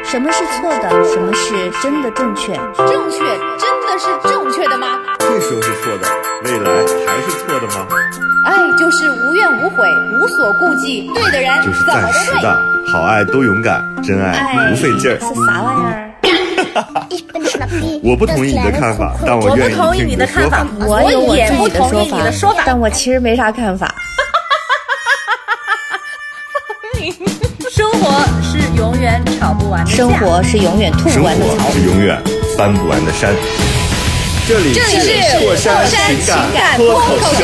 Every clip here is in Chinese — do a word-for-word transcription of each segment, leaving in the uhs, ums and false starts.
什么是错的？什么是真的正确？ 正确真的是正确的吗？ 那时候是错的，未来还是错的吗？ 爱就是无怨无悔，无所顾忌，对的人就是怎么都对。 暂时的，好爱都勇敢，真爱不费劲儿。 是啥玩意儿？ 我不同意你的看法，但我愿意听你的说法。 我有我也不自己的同意你的说法， 但我其实没啥看法。 生活是永远吵不完的架， 生活是永远吐不生完的槽活。是永远翻不完的山。这里这里是过山情感脱口秀。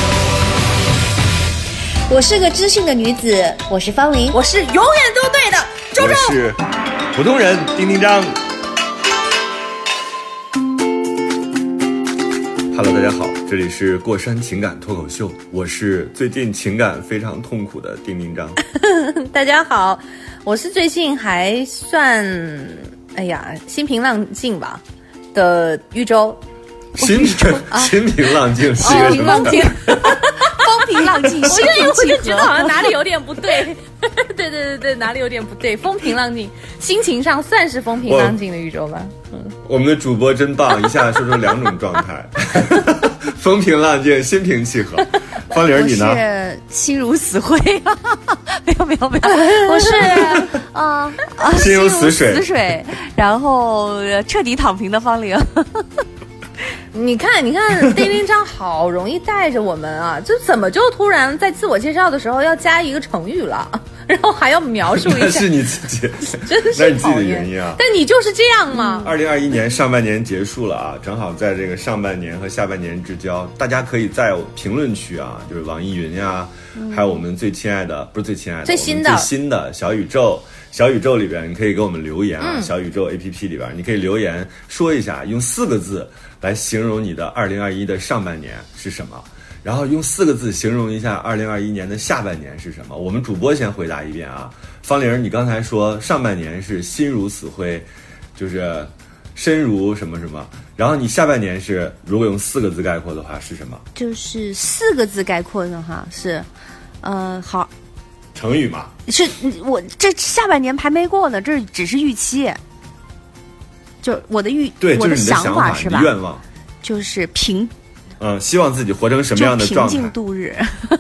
我是个知性的女子，我是方琳， 我是永远都对的周我周。 是普通人丁丁张。Hello， 大家好，这里是过山情感脱口秀，我是最近情感非常痛苦的丁丁张。 大家好，我是最近还算哎呀心平浪静吧的豫州。 心平、啊、心平浪静是一个什么？ 浪静风平浪静，心平我就气觉得好像哪里有点不对。对对对对，哪里有点不对？风平浪静，心情上算是风平浪静的豫州吧。嗯， 我们的主播真棒，一下说出两种状态：风平浪静，心平气和。方玲，你呢？ 我是心如死灰。没有没有没有，我是啊啊， 心如死水， 死水，然后彻底躺平的方玲。 你看，你看，丁丁张好容易带着我们啊，就怎么就突然在自我介绍的时候要加一个成语了，然后还要描述一下？ 那是你自己， 真是那是你自己的原因啊。 但你就是这样嘛。 二零二一年上半年结束了啊，正好在这个上半年和下半年之交，大家可以在评论区啊，就是网易云呀、嗯，还有我们最亲爱的，不是最亲爱的， 最新的最新的小宇宙。小宇宙里边，你可以给我们留言啊！嗯、小宇宙 A P P 里边，你可以留言说一下，用四个字来形容你的二零二一的上半年是什么，然后用四个字形容一下二零二一年的下半年是什么。我们主播先回答一遍啊！方玲，你刚才说上半年是心如死灰，就是身如什么什么，然后你下半年是如果用四个字概括的话是什么？ 就是四个字概括的话是，呃，好。 成语嘛， 是我这下半年还没过呢，这只是预期，就我的预， 对， 我就是你的想法是吧？ 愿望就是平， 嗯，希望自己活成什么样的状态？ 平静度日，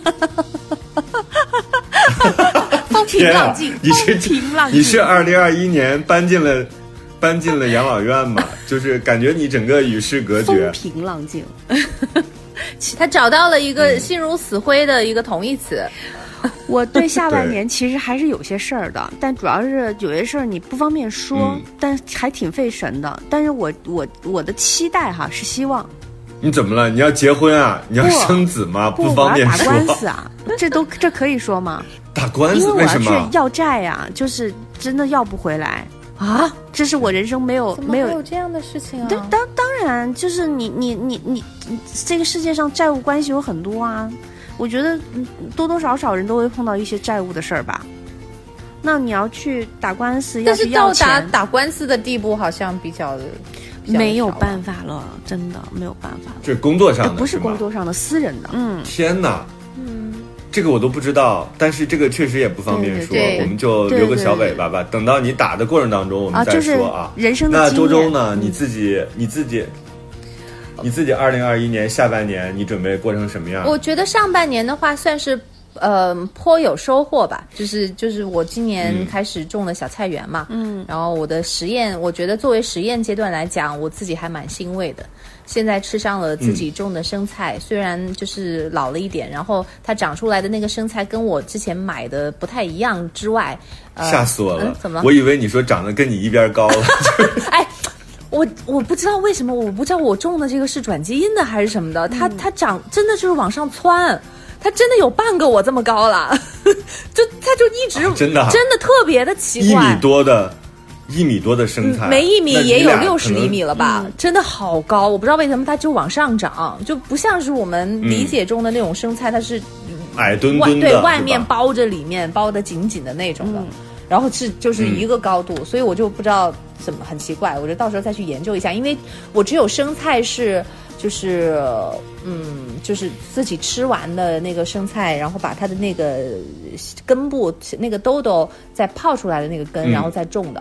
风平浪静， 你是风平浪静。 你是二零二一年搬进了搬进了养老院嘛？就是感觉你整个与世隔绝， 风平浪静。 他找到了一个心如死灰的一个同义词。 我对下半年其实还是有些事儿的，但主要是有些事儿你不方便说、嗯，但还挺费神的。但是我我我的期待哈是希望。 你怎么了？你要结婚啊？你要生子吗？ 不, 不方便说。 我要打官司啊？这都这可以说吗？ 打官司？ 为什么？ 因为我要去要债啊，就是真的要不回来啊！这是我人生没有没有有这样的事情啊！ 当当当然，就是你你你你你，这个世界上债务关系有很多啊。我觉得多多少少人都会碰到一些债务的事儿吧。那你要去打官司， 但是到达打打官司的地步，好像比较没有办法了，真的没有办法了。 这是工作上的， 不是工作上的，私人的。嗯， 天哪，嗯，这个我都不知道，但是这个确实也不方便说， 对对对， 我们就留个小尾巴吧。等到你打的过程当中，我们再说啊。 就是、人生的那经验。 周周呢？你自己，嗯、你自己。你自己二零二一年下半年你准备过成什么样？ 我觉得上半年的话算是呃颇有收获吧，就是就是我今年开始种了小菜园嘛，嗯，然后我的实验，我觉得作为实验阶段来讲，我自己还蛮欣慰的。现在吃上了自己种的生菜，嗯、虽然就是老了一点，然后它长出来的那个生菜跟我之前买的不太一样之外， 呃、吓死我了、嗯！ 怎么了？ 我以为你说长得跟你一边高了。 哎。我我不知道为什么，我不知道我种的这个是转基因的还是什么的，它它长真的就是往上窜，它真的有半个我这么高了，就它就一直、 啊、真的、啊、 真的特别的奇怪， 一米多的，一米多的生菜， 嗯、没一米也有六十厘米了吧、嗯？真的好高，我不知道为什么它就往上长，就不像是我们理解中的那种生菜，它是矮墩墩的， 对，外面包着里面包得紧紧的那种的。嗯，然后是就是一个高度、嗯，所以我就不知道怎么很奇怪，我就到时候再去研究一下，因为我只有生菜是就是嗯就是自己吃完的那个生菜，然后把它的那个根部那个兜兜再泡出来的那个根、嗯、然后再种的，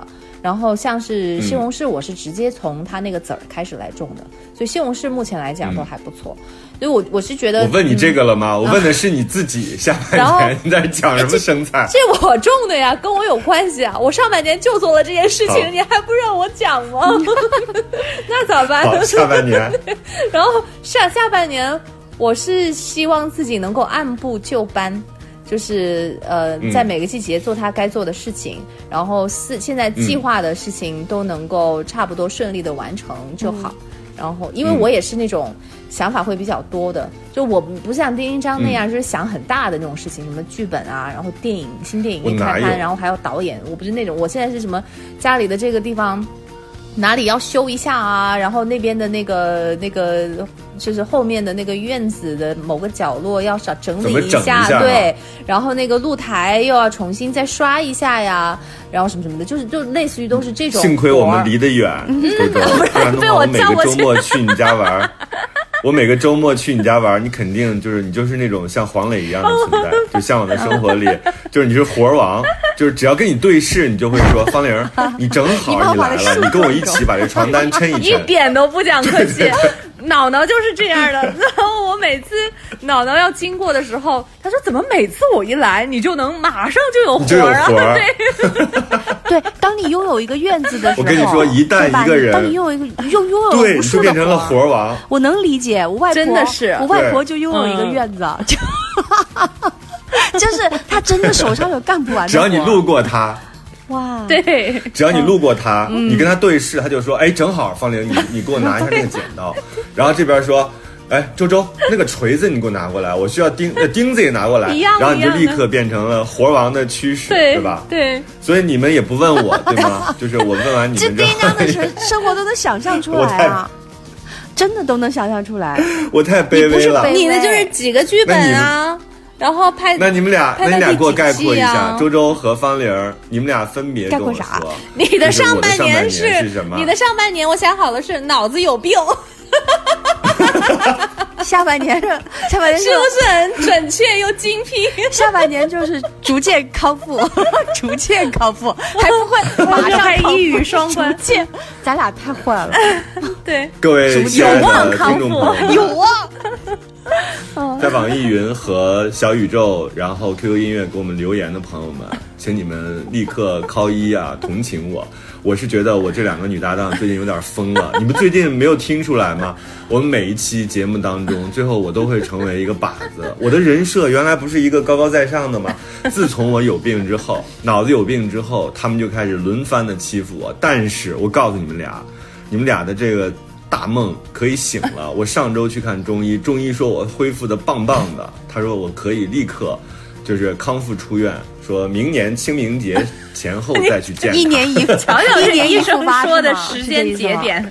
然后像是西红柿，我是直接从它那个籽儿开始来种的，所以西红柿目前来讲都还不错。嗯、所以我我是觉得， 我问你这个了吗？嗯、我问的是你自己下半年你在讲什么生菜？ 这, 这我种的呀，跟我有关系啊！我上半年就做了这件事情，你还不让我讲吗？那咋办？ 好，下半年， 然后下下半年，我是希望自己能够按部就班。就是呃，在每个季节做它该做的事情，嗯、然后是现在计划的事情都能够差不多顺利的完成就好。嗯、然后，因为我也是那种想法会比较多的，嗯、就我不像丁一章那样，嗯、就是想很大的那种事情，什么剧本啊，然后电影新电影一开拍，然后还有导演，我不是那种。我现在是什么家里的这个地方哪里要修一下啊，然后那边的那个那个就是后面的那个院子的某个角落要少整理一下， 一下对，然后那个露台又要重新再刷一下呀，然后什么什么的，就是就类似于都是这种。 幸亏我们离得远，周周，不然的话我每个周末去你家玩。我每个周末去你家玩，你肯定就是你就是那种像黄磊一样的存在，就向往的生活里，就是你是活王，就是只要跟你对视，你就会说方玲，你正好你来了，你跟我一起把这床单抻一抻， 一点都不讲客气。脑脑就是这样的，然后我每次脑脑要经过的时候，他说怎么每次我一来，你就能马上就有活儿啊？ 对，对，当你拥有一个院子的时候， 我跟你说，一旦一个人， 当你拥有一个拥拥有对， 无数的活， 就变成了活王。 我能理解，我外婆真的是， 我外婆就拥有一个院子，就就是她真的手上有干不完的活。 只要你路过她。 哇， 对， 只要你路过他，嗯、你跟他对视，他就说：“哎，正好，方玲，你你给我拿一下那个剪刀。”然后这边说：“哎，周周，那个锤子你给我拿过来，我需要钉呃钉子也拿过来。”然后你就立刻变成了活王的趋势， 对, 对吧？ 对。 所以你们也不问我，对吗？就是我问完你们之后， 这这样的生生活都能想象出来啊。真的都能想象出来， 我太卑微了。 你的就是几个剧本啊。然后拍， 那你们俩，那你俩给我概括一下，周周和方玲，你们俩分别跟我说， 你的上半年是什么？ 你的上半年我想好了是脑子有病， 下半年是下半年是不是很准确又精辟？ 下半年就是逐渐康复，逐渐康复，还不会马上还一语双关。 咱俩太坏了， 对， 各位有望康复， 有望。 在网易云和小宇宙，然后 Q Q 音乐给我们留言的朋友们，请你们立刻call一啊，同情我。我是觉得我这两个女搭档最近有点疯了，你们最近没有听出来吗？我们每一期节目当中，最后我都会成为一个靶子。我的人设原来不是一个高高在上的吗？自从我有病之后，脑子有病之后，他们就开始轮番的欺负我。但是我告诉你们俩，你们俩的这个大梦可以醒了。我上周去看中医，中医说我恢复的棒棒的，他说我可以立刻就是康复出院，说明年清明节前后再去见他。 一年一瞧瞧一年医生说的时间节点。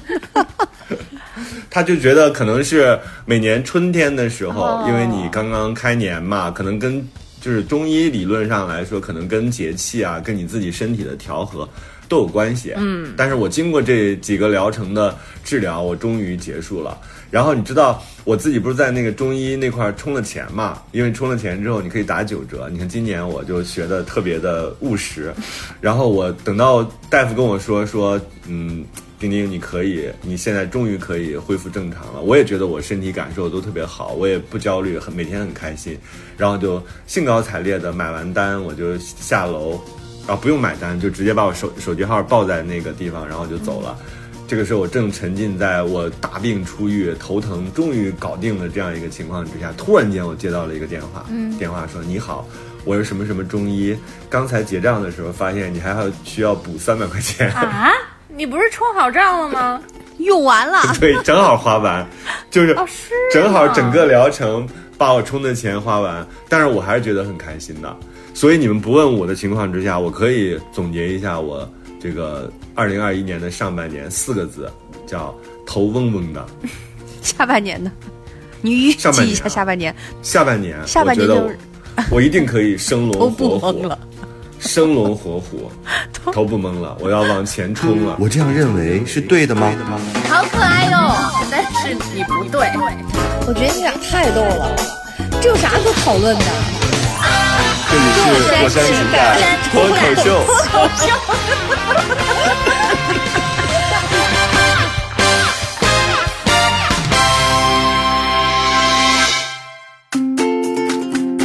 他就觉得可能是每年春天的时候，哦、因为你刚刚开年嘛，可能跟就是中医理论上来说，可能跟节气啊，跟你自己身体的调和都有关系。嗯，但是我经过这几个疗程的治疗，我终于结束了。然后你知道我自己不是在那个中医那块充了钱嘛？因为充了钱之后你可以打九折。你看今年我就学的特别的务实，然后我等到大夫跟我说说，嗯，丁丁你可以，你现在终于可以恢复正常了。我也觉得我身体感受都特别好，我也不焦虑，很每天很开心。然后就兴高采烈的买完单，我就下楼，然后不用买单，就直接把我手手机号报在那个地方，然后就走了。这个时候我正沉浸在我大病初愈、头疼终于搞定了这样一个情况之下，突然间我接到了一个电话，嗯、电话说：“你好，我是什么什么中医，刚才结账的时候发现你还要需要补三百块钱啊？你不是充好账了吗？ 用完了， 对，正好花完，就是正好整个疗程把我充的钱花完，但是我还是觉得很开心的。所以你们不问我的情况之下，我可以总结一下我这个二零二一年的上半年四个字，叫头嗡嗡的。 下半年呢？你预计一下下半年。 下半年， 下半年我觉得 我, 我一定可以生龙活虎了， 生龙活虎，头不懵了，我要往前冲了。 我这样认为是对的吗？ 好可爱哟，但是你不对。 我觉得你俩太逗了，这有啥可讨论的？ 这里是火山情感脱口秀。 脱口秀。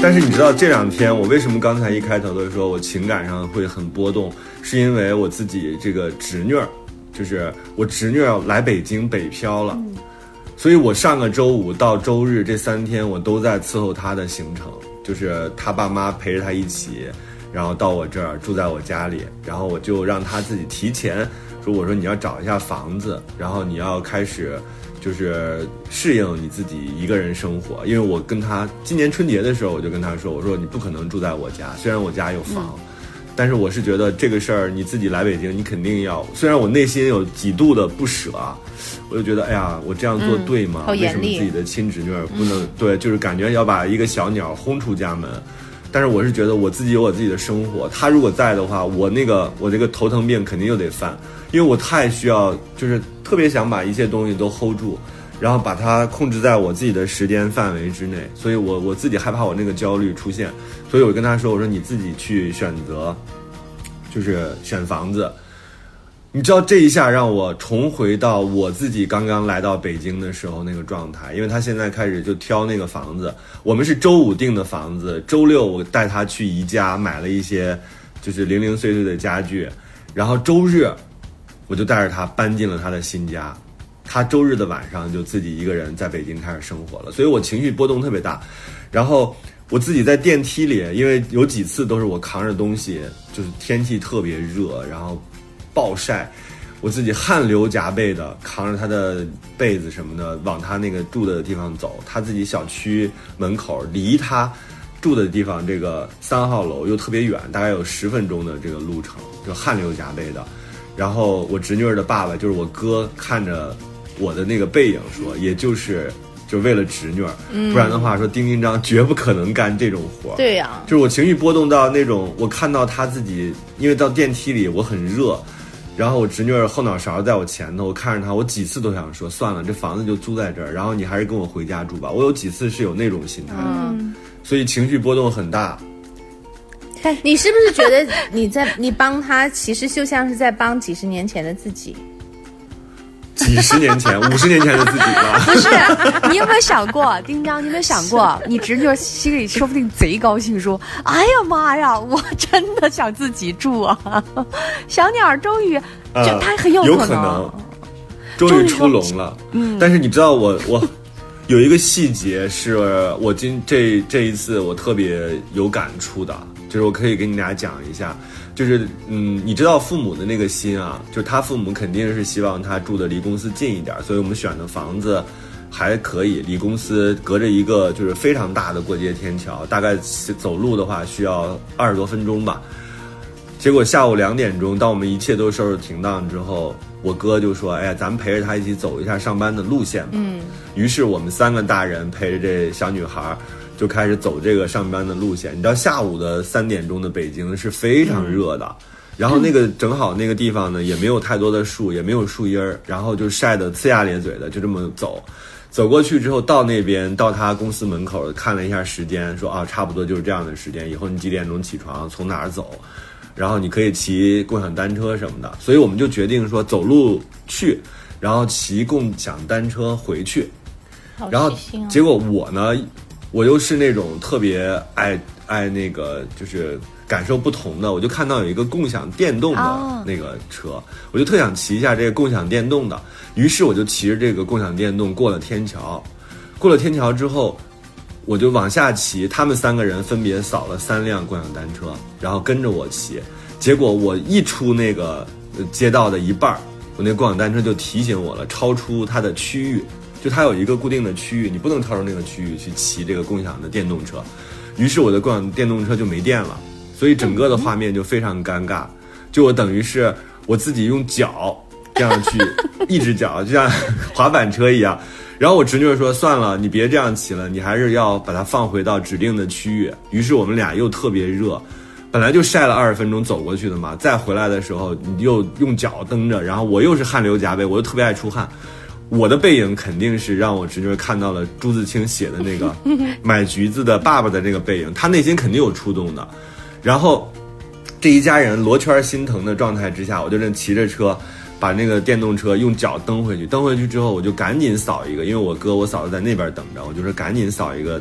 但是你知道这两天我为什么刚才一开头的说我情感上会很波动，是因为我自己这个侄女儿，就是我侄女儿来北京北漂了、嗯、所以我上个周五到周日这三天我都在伺候她的行程，就是她爸妈陪着她一起，然后到我这儿住在我家里，然后我就让她自己提前说，我说你要找一下房子，然后你要开始就是适应你自己一个人生活。因为我跟他今年春节的时候我就跟他说，我说你不可能住在我家，虽然我家有房、嗯、但是我是觉得这个事儿你自己来北京你肯定要，虽然我内心有几度的不舍，我就觉得哎呀我这样做对吗、嗯、为什么自己的亲侄女不能、嗯、对，就是感觉要把一个小鸟轰出家门。但是我是觉得我自己有我自己的生活，他如果在的话，我那个我这个头疼病肯定又得犯，因为我太需要，就是特别想把一些东西都 hold 住，然后把它控制在我自己的时间范围之内，所以我我自己害怕我那个焦虑出现，所以我跟他说，我说你自己去选择，就是选房子。你知道这一下让我重回到我自己刚刚来到北京的时候那个状态，因为他现在开始就挑那个房子，我们是周五订的房子，周六我带他去宜家买了一些就是零零碎碎的家具，然后周日我就带着他搬进了他的新家，他周日的晚上就自己一个人在北京开始生活了，所以我情绪波动特别大。然后我自己在电梯里，因为有几次都是我扛着东西，就是天气特别热，然后暴晒，我自己汗流浃背的扛着他的被子什么的往他那个住的地方走，他自己小区门口离他住的地方这个三号楼又特别远，大概有十分钟的这个路程，就汗流浃背的。然后我侄女儿的爸爸就是我哥，看着我的那个背影说，也就是就为了侄女儿、嗯、不然的话说丁丁章绝不可能干这种活。 对呀、啊， 就是我情绪波动到那种，我看到他自己，因为到电梯里我很热，然后我侄女儿后脑勺在我前头，我看着她，我几次都想说算了，这房子就租在这儿，然后你还是跟我回家住吧。我有几次是有那种心态的、嗯、所以情绪波动很大。 你是不是觉得你在你帮他其实就像是在帮几十年前的自己？ 几十年前五十年前的自己吧。 不是，你有没有想过丁章，你有没有想过你侄女心里说不定贼高兴，说哎呀妈呀我真的想自己住啊，小鸟终于、呃、就他很有可能有可能终于出笼了。嗯，但是你知道我我有一个细节是我今这这一次我特别有感触的，就是我可以跟你俩讲一下，就是嗯，你知道父母的那个心啊，就是他父母肯定是希望他住的离公司近一点，所以我们选的房子还可以，离公司隔着一个就是非常大的过街天桥，大概走路的话需要二十多分钟吧。结果下午两点钟，当我们一切都收拾停当之后，我哥就说：“哎呀，咱们陪着他一起走一下上班的路线吧。”嗯，于是我们三个大人陪着这小女孩就开始走这个上班的路线。你知道下午的三点钟的北京是非常热的、嗯、然后那个正好那个地方呢也没有太多的树，也没有树荫，然后就晒得呲牙咧嘴的，就这么走走过去之后，到那边到他公司门口看了一下时间，说啊差不多就是这样的时间，以后你几点钟起床，从哪儿走，然后你可以骑共享单车什么的。所以我们就决定说走路去，然后骑共享单车回去。然后结果我呢我又是那种特别爱爱那个就是感受不同的，我就看到有一个共享电动的那个车、oh. 我就特想骑一下这个共享电动的，于是我就骑着这个共享电动过了天桥。过了天桥之后我就往下骑，他们三个人分别扫了三辆共享单车，然后跟着我骑。结果我一出那个街道的一半，我那共享单车就提醒我了，超出它的区域，就它有一个固定的区域，你不能超出那个区域去骑这个共享的电动车。于是我的共享电动车就没电了，所以整个的画面就非常尴尬。就我等于是我自己用脚这样去一只脚就像滑板车一样，然后我侄女说算了，你别这样骑了，你还是要把它放回到指定的区域。于是我们俩又特别热，本来就晒了二十分钟走过去的嘛，再回来的时候你又用脚蹬着，然后我又是汗流浃背，我又特别爱出汗。我的背影肯定是让我侄女看到了朱自清写的那个买橘子的爸爸的那个背影，他内心肯定有触动的。然后这一家人罗圈心疼的状态之下，我就正骑着车把那个电动车用脚蹬回去，蹬回去之后我就赶紧扫一个，因为我哥我嫂子在那边等着，我就说赶紧扫一个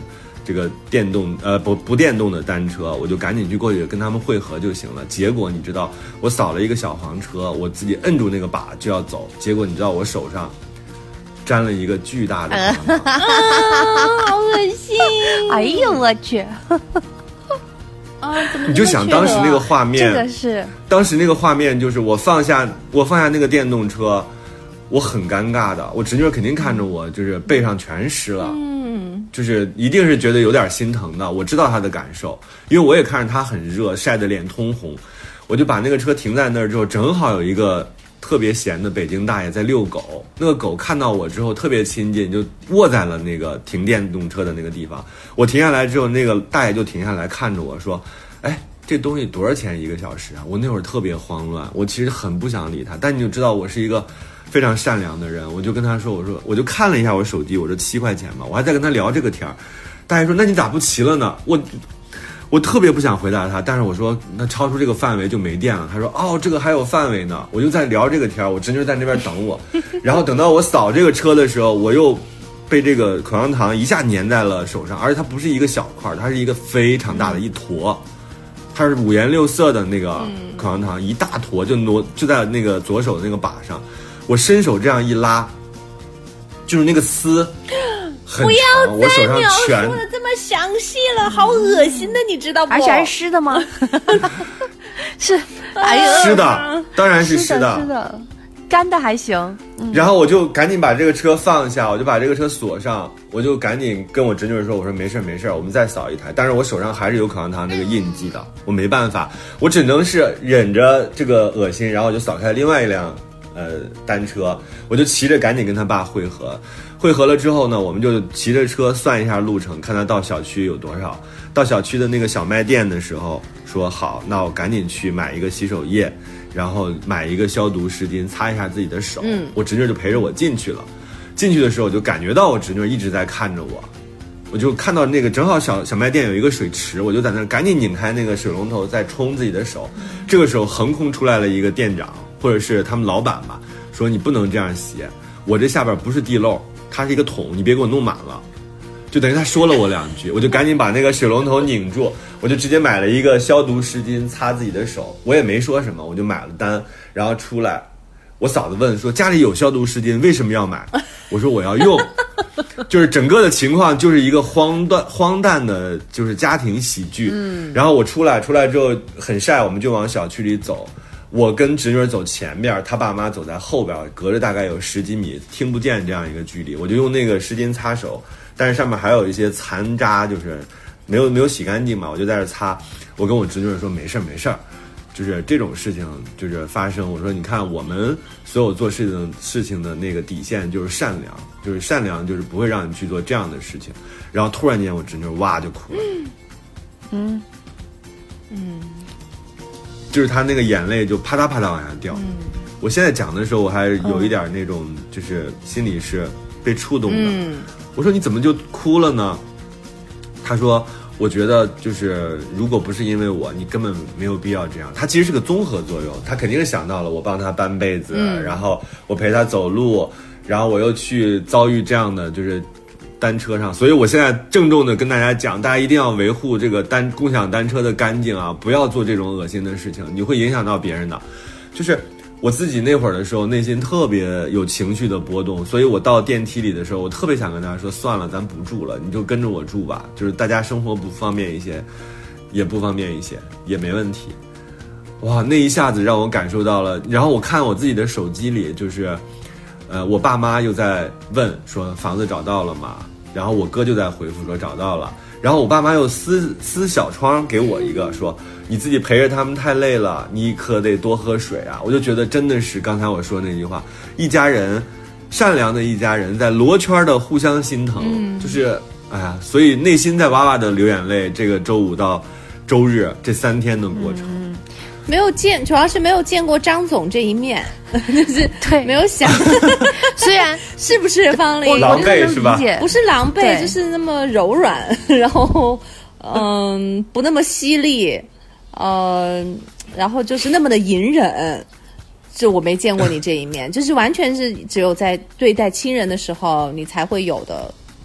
这个电动呃不不电动的单车，我就赶紧去过去跟他们汇合就行了。结果你知道，我扫了一个小黄车，我自己摁住那个把就要走，结果你知道我手上沾了一个巨大的糖糖、 啊，好恶心！ 哎呦我去！ 啊，怎么你就想当时那个画面， 这个是当时那个画面就是我放下我放下那个电动车，我很尴尬的，我侄女肯定看着我，就是背上全湿了。 嗯， 就是一定是觉得有点心疼的，我知道他的感受，因为我也看着他很热，晒得脸通红，我就把那个车停在那儿之后，正好有一个特别闲的北京大爷在遛狗，那个狗看到我之后特别亲近，就卧在了那个停电动车的那个地方。我停下来之后，那个大爷就停下来看着我说：“哎，这东西多少钱一个小时啊？”我那会儿特别慌乱，我其实很不想理他，但你就知道我是一个非常善良的人，我就跟他说，我说我就看了一下我手机，我说七块钱嘛，我还在跟他聊这个天儿。大爷说那你咋不骑了呢？我我特别不想回答他，但是我说那超出这个范围就没电了。他说哦这个还有范围呢，我就在聊这个天儿，我侄女在那边等我，然后等到我扫这个车的时候，我又被这个口香糖一下粘在了手上，而且它不是一个小块，它是一个非常大的一坨。它是五颜六色的那个口香糖，一大坨就挪就在那个左手的那个把上，我伸手这样一拉，就是那个丝很长，我手上全说的这么详细了，好恶心的，你知道不？ 而且还是湿的吗？是，哎呦， 湿的，当然是湿的， 湿的，干的还行。嗯、 然后我就赶紧把这个车放下，我就把这个车锁上，我就赶紧跟我侄女说，我说没事没事，我们再扫一台。但是我手上还是有口香糖这个印记的，我没办法，我只能是忍着这个恶心，然后我就扫开另外一辆呃单车，我就骑着赶紧跟他爸汇合。汇合了之后呢，我们就骑着车算一下路程，看他到小区有多少。到小区的那个小卖店的时候，说好，那我赶紧去买一个洗手液，然后买一个消毒湿巾，擦一下自己的手。嗯，我侄女就陪着我进去了。进去的时候，我就感觉到我侄女一直在看着我，我就看到那个正好小小卖店有一个水池，我就在那赶紧拧开那个水龙头，在冲自己的手。这个时候横空出来了一个店长或者是他们老板吧，说你不能这样洗，我这下边不是地漏。它是一个桶，你别给我弄满了，就等于他说了我两句，我就赶紧把那个水龙头拧住，我就直接买了一个消毒湿巾擦自己的手，我也没说什么，我就买了单，然后出来，我嫂子问说家里有消毒湿巾为什么要买？我说我要用，就是整个的情况就是一个荒诞荒诞的，就是家庭喜剧。嗯，然后我出来出来之后很晒，我们就往小区里走。我跟侄女走前面，他爸妈走在后边，隔着大概有十几米，听不见这样一个距离。我就用那个湿巾擦手，但是上面还有一些残渣，就是没有没有洗干净嘛，我就在这擦。我跟我侄女说没事没事，就是这种事情就是发生。我说你看我们所有做事情事情的那个底线就是善良，就是善良就是不会让你去做这样的事情。然后突然间我侄女哇就哭了，嗯嗯。就是他那个眼泪就啪嗒啪嗒往下掉。嗯，我现在讲的时候，我还有一点那种，就是心里是被触动的。嗯，我说你怎么就哭了呢？他说，我觉得就是如果不是因为我，你根本没有必要这样。他其实是个综合作用，他肯定是想到了我帮他搬被子，嗯、然后我陪他走路，然后我又去遭遇这样的就是。单车上，所以我现在郑重的跟大家讲，大家一定要维护这个单共享单车的干净啊，不要做这种恶心的事情，你会影响到别人的。就是我自己那会儿的时候，内心特别有情绪的波动，所以我到电梯里的时候，我特别想跟大家说，算了，咱不住了，你就跟着我住吧。就是大家生活不方便一些，也不方便一些，也没问题。哇，那一下子让我感受到了。然后我看我自己的手机里，就是。呃，我爸妈又在问说房子找到了吗？然后我哥就在回复说找到了。然后我爸妈又撕撕小窗给我一个，说你自己陪着他们太累了，你可得多喝水啊。我就觉得真的是刚才我说那句话，一家人，善良的一家人在罗圈的互相心疼，嗯、就是哎呀，所以内心在哇哇的流眼泪。这个周五到周日这三天的过程。嗯， 没有见，主要是没有见过张总这一面，就是对，没有想， 虽然是不是方玲狼狈是吧？ 不是狼狈，就是那么柔软，然后嗯，不那么犀利，呃，然后就是那么的隐忍，就我没见过你这一面，就是完全是只有在对待亲人的时候你才会有的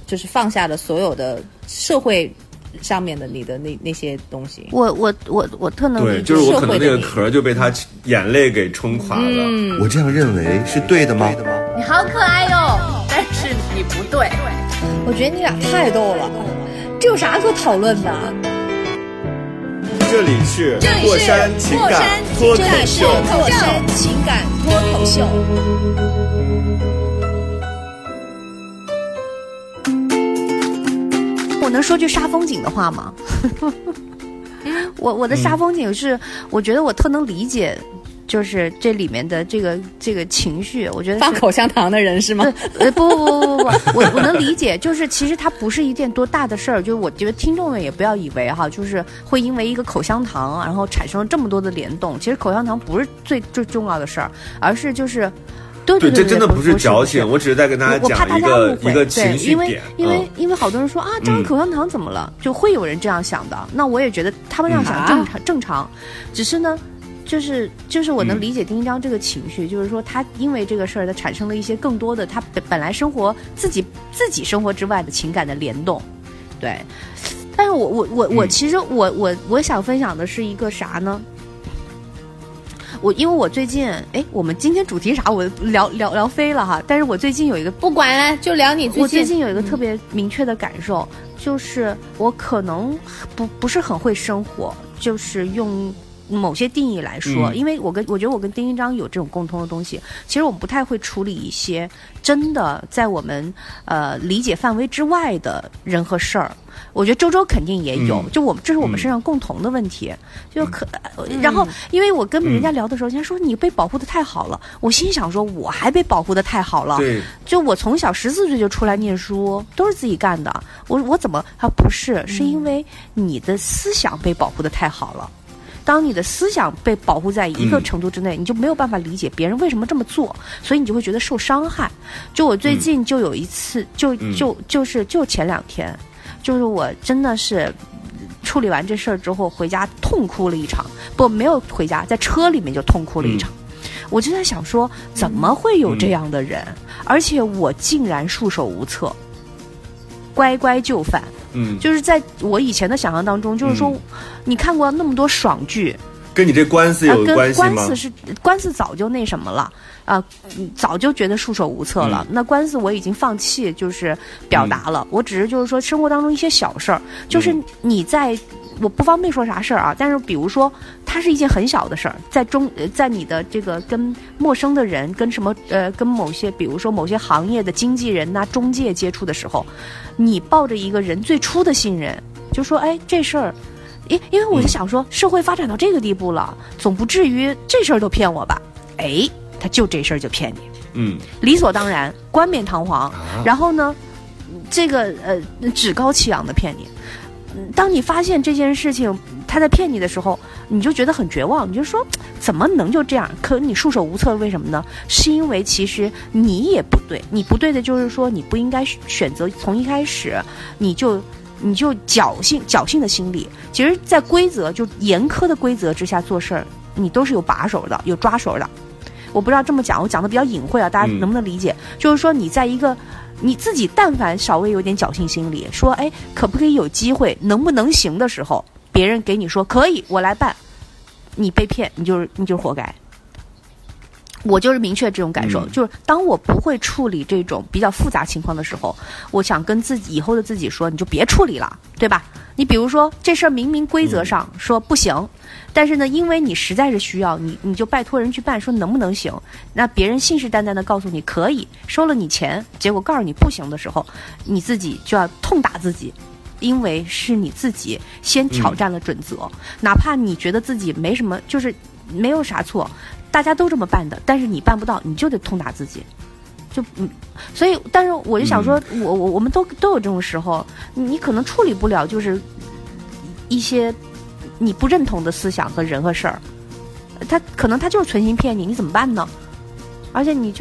就是放下了所有的社会上面的你的那那些东西。 我我我我特能理解， 对，就是我可能那个壳就被他眼泪给冲垮了。 嗯， 我这样认为是对的吗？ 你好可爱哟，但是你不对。我觉得你俩太逗了，这有啥可讨论的？ 这里是过山情感脱口秀， 过山情感脱口秀。 我能说句杀风景的话吗？我我的杀风景是，嗯、我觉得我特能理解，就是这里面的这个这个情绪。我觉得放口香糖的人是吗？ 呃不不不不不，我我能理解，就是其实它不是一件多大的事儿。就是我觉得听众们也不要以为哈，就是会因为一个口香糖，然后产生了这么多的联动。其实口香糖不是最最重要的事儿，而是就是。对对对, 对， 这真的不是矫情，我只是在跟大家讲一个一个情绪点。 因为因为、嗯、因为好多人说啊，张口香糖怎么了、嗯？就会有人这样想的。那我也觉得他们这样想正常、嗯、正常，只是呢，就是就是我能理解丁一章这个情绪，嗯、就是说他因为这个事儿，他产生了一些更多的他本本来生活自己自己生活之外的情感的联动，对。但是我我我我其实我我我想分享的是一个啥呢？我因为我最近哎，我们今天主题啥我聊聊聊飞了哈，但是我最近有一个不管了，就聊你最近。 我最近有一个特别明确的感受，嗯、就是我可能不不是很会生活，就是用某些定义来说，嗯、因为我跟我觉得我跟丁一章有这种共通的东西，其实我们不太会处理一些真的在我们呃理解范围之外的人和事儿。我觉得周周肯定也有，嗯、就我们这是我们身上共同的问题，嗯、就可、嗯。然后，因为我跟人家聊的时候，人家说你被保护的太好了，我心想说我还被保护的太好了。 对， 就我从小十四岁就出来念书，都是自己干的。我我怎么啊？不是，是因为你的思想被保护的太好了。当你的思想被保护在一个程度之内，嗯、你就没有办法理解别人为什么这么做，所以你就会觉得受伤害。就我最近就有一次，嗯、就就就是就前两天。就是我真的是处理完这事儿之后回家痛哭了一场，不没有回家，在车里面就痛哭了一场。嗯、我就在想说，怎么会有这样的人？嗯、而且我竟然束手无策，乖乖就范。嗯，就是在我以前的想象当中，就是说，嗯、你看过那么多爽剧。 跟你这官司有关系吗？ 啊、跟官司是官司早就那什么了啊、呃，早就觉得束手无策了。嗯、那官司我已经放弃，就是表达了。嗯、我只是就是说生活当中一些小事儿，就是你在、嗯、我不方便说啥事儿啊，但是比如说它是一件很小的事儿，在中在你的这个跟陌生的人、跟什么呃跟某些比如说某些行业的经纪人呐、中介接触的时候，你抱着一个人最初的信任，就说哎这事儿。因因为我就想说，社会发展到这个地步了，总不至于这事儿都骗我吧？哎，他就这事儿就骗你，嗯，理所当然，冠冕堂皇，啊、然后呢，这个呃趾高气扬的骗你。当你发现这件事情他在骗你的时候，你就觉得很绝望，你就说怎么能就这样？可你束手无策，为什么呢？是因为其实你也不对，你不对的就是说你不应该选择从一开始你就。你就侥幸侥幸的心理，其实在规则就严苛的规则之下做事儿，你都是有把手的，有抓手的。我不知道这么讲，我讲的比较隐晦啊，大家能不能理解？嗯、就是说你在一个你自己但凡稍微有点侥幸心理，说哎可不可以有机会，能不能行的时候，别人给你说可以，我来办，你被骗，你就是你就是活该。我就是明确这种感受，嗯、就是当我不会处理这种比较复杂情况的时候，我想跟自己以后的自己说，你就别处理了，对吧？你比如说这事儿明明规则上说不行，嗯、但是呢，因为你实在是需要，你你就拜托人去办，说能不能行？那别人信誓旦旦的告诉你可以，收了你钱，结果告诉你不行的时候，你自己就要痛打自己。因为是你自己先挑战了准则，嗯、哪怕你觉得自己没什么，就是没有啥错，大家都这么办的，但是你办不到，你就得痛打自己。就嗯，所以，但是我就想说，嗯、我我我们都都有这种时候，你可能处理不了，就是一些你不认同的思想和人和事儿，他可能他就是存心骗你，你怎么办呢？而且你就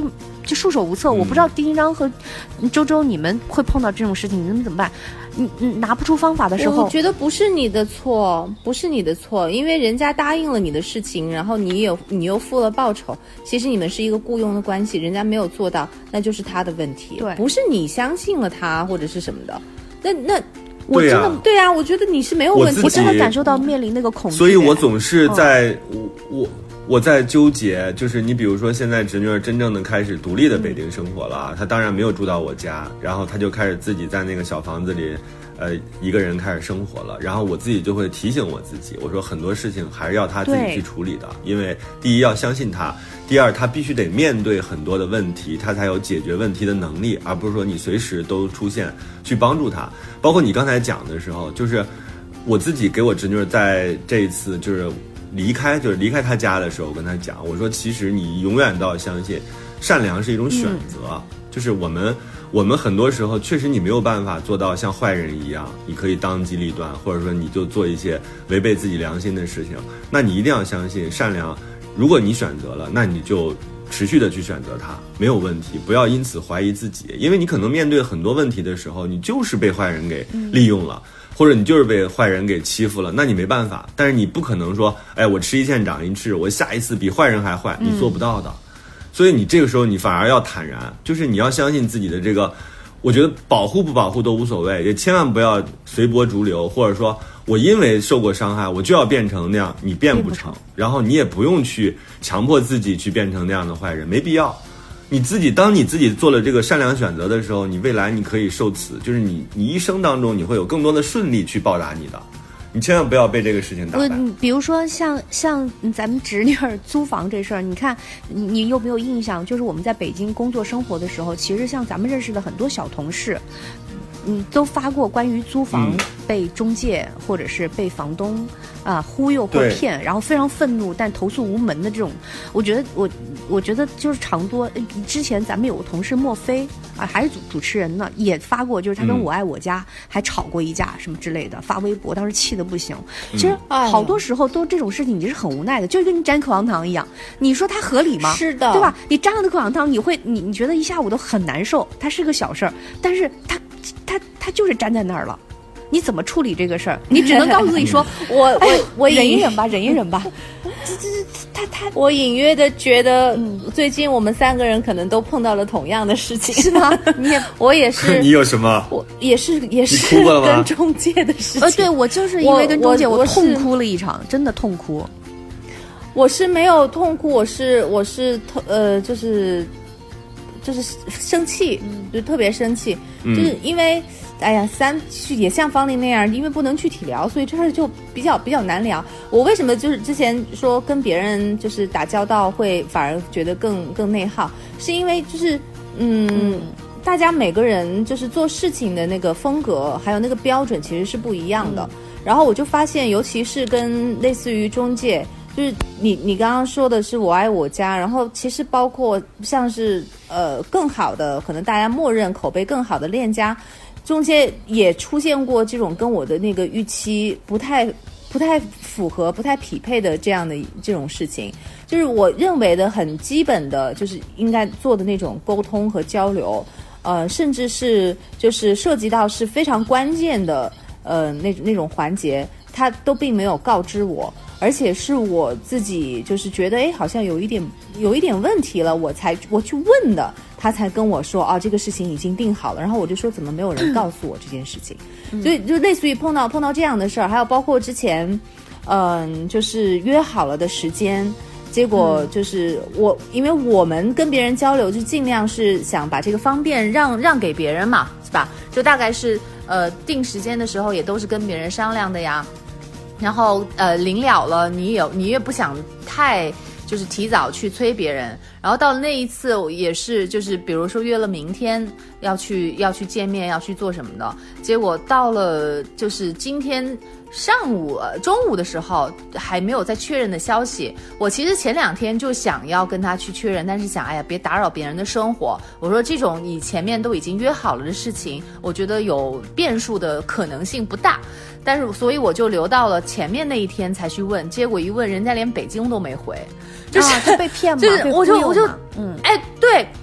就束手无策。嗯、我不知道丁丁章和周周你们会碰到这种事情，你们怎么办？你你拿不出方法的时候， 我觉得不是你的错，不是你的错，因为人家答应了你的事情，然后你有你又付了报酬，其实你们是一个雇佣的关系，人家没有做到，那就是他的问题， 对， 不是你相信了他或者是什么的，那那。 我真的对啊，我觉得你是没有问题， 我真的感受到面临那个恐惧， 所以我总是在、嗯、我我我在纠结，就是你比如说现在侄女儿真正的开始独立的北京生活了，她、嗯、当然没有住到我家，然后她就开始自己在那个小房子里。呃，一个人开始生活了，然后我自己就会提醒我自己，我说很多事情还是要他自己去处理的，因为第一要相信他，第二他必须得面对很多的问题，他才有解决问题的能力，而不是说你随时都出现去帮助他。包括你刚才讲的时候，就是我自己给我侄女在这一次就是离开，就是离开他家的时候，我跟他讲，我说其实你永远都要相信，善良是一种选择，嗯、就是我们。我们很多时候确实你没有办法做到像坏人一样，你可以当机立断，或者说你就做一些违背自己良心的事情，那你一定要相信善良，如果你选择了，那你就持续的去选择它，没有问题，不要因此怀疑自己，因为你可能面对很多问题的时候，你就是被坏人给利用了，嗯、或者你就是被坏人给欺负了，那你没办法，但是你不可能说，哎，我吃一堑长一智，我下一次比坏人还坏，你做不到的。嗯，所以你这个时候你反而要坦然，就是你要相信自己的这个，我觉得保护不保护都无所谓，也千万不要随波逐流，或者说我因为受过伤害我就要变成那样，你变不成，然后你也不用去强迫自己去变成那样的坏人，没必要。你自己当你自己做了这个善良选择的时候，你未来你可以受此，就是你你一生当中你会有更多的顺利去报答你的。你千万不要被这个事情打败。 我比如说像像咱们侄女儿租房这事儿，你看你你有没有印象？就是我们在北京工作生活的时候，其实像咱们认识的很多小同事，嗯，都发过关于租房被中介或者是被房东啊、呃、忽悠或骗，然后非常愤怒但投诉无门的这种。我觉得我我觉得就是常多。之前咱们有个同事莫非啊，还是主主持人呢，也发过，就是他跟我爱我家还吵过一架什么之类的，发微博，当时气得不行。其实好多时候都这种事情你是很无奈的，就跟你沾口香糖一样，你说它合理吗？ 是的， 对吧？你沾了的口香糖，你会你你觉得一下午都很难受，它是个小事儿，但是它它它就是粘在那儿了。你怎么处理这个事儿？你只能告诉自己说，我我我忍一忍吧，忍一忍吧。这这这，他他， 我隐约的觉得，嗯，最近我们三个人可能都碰到了同样的事情， 是吗？你也， 我也是。 你有什么？ 我也是也是跟中介的事情。 呃，对，我就是因为跟中介，我, 我, 我痛哭了一场，真的痛哭。 我是没有痛哭，我是我是呃，就是就是生气，就特别生气，嗯、就是因为。哎呀，三也像方玲那样，因为不能具体聊，所以这事就比较比较难聊。我为什么就是之前说跟别人就是打交道会反而觉得更更内耗，是因为就是嗯，嗯大家每个人就是做事情的那个风格还有那个标准其实是不一样的。嗯、然后我就发现，尤其是跟类似于中介，就是你你刚刚说的是我爱我家，然后其实包括像是呃更好的，可能大家默认口碑更好的链家。中间也出现过这种跟我的那个预期不太不太符合、不太匹配的这样的这种事情，就是我认为的很基本的，就是应该做的那种沟通和交流，呃，甚至是就是涉及到是非常关键的呃那那种环节，他都并没有告知我，而且是我自己就是觉得哎好像有一点有一点问题了，我才我去问的。他才跟我说啊，这个事情已经定好了，然后我就说怎么没有人告诉我这件事情，嗯、所以就类似于碰到碰到这样的事儿，还有包括之前，嗯、呃，就是约好了的时间，结果就是我，因为我们跟别人交流就尽量是想把这个方便让让给别人嘛，是吧？就大概是呃定时间的时候也都是跟别人商量的呀，然后呃临了了，你也你也不想太。就是提早去催别人，然后到了那一次也是，就是比如说约了明天要去要去见面，要去做什么的，结果到了就是今天上午中午的时候还没有再确认的消息。我其实前两天就想要跟他去确认，但是想哎呀别打扰别人的生活，我说这种你前面都已经约好了的事情，我觉得有变数的可能性不大。但是所以我就留到了前面那一天才去问，结果一问人家连北京都没回， 就是、啊、就被骗嘛， 就是我就我就嗯，哎对，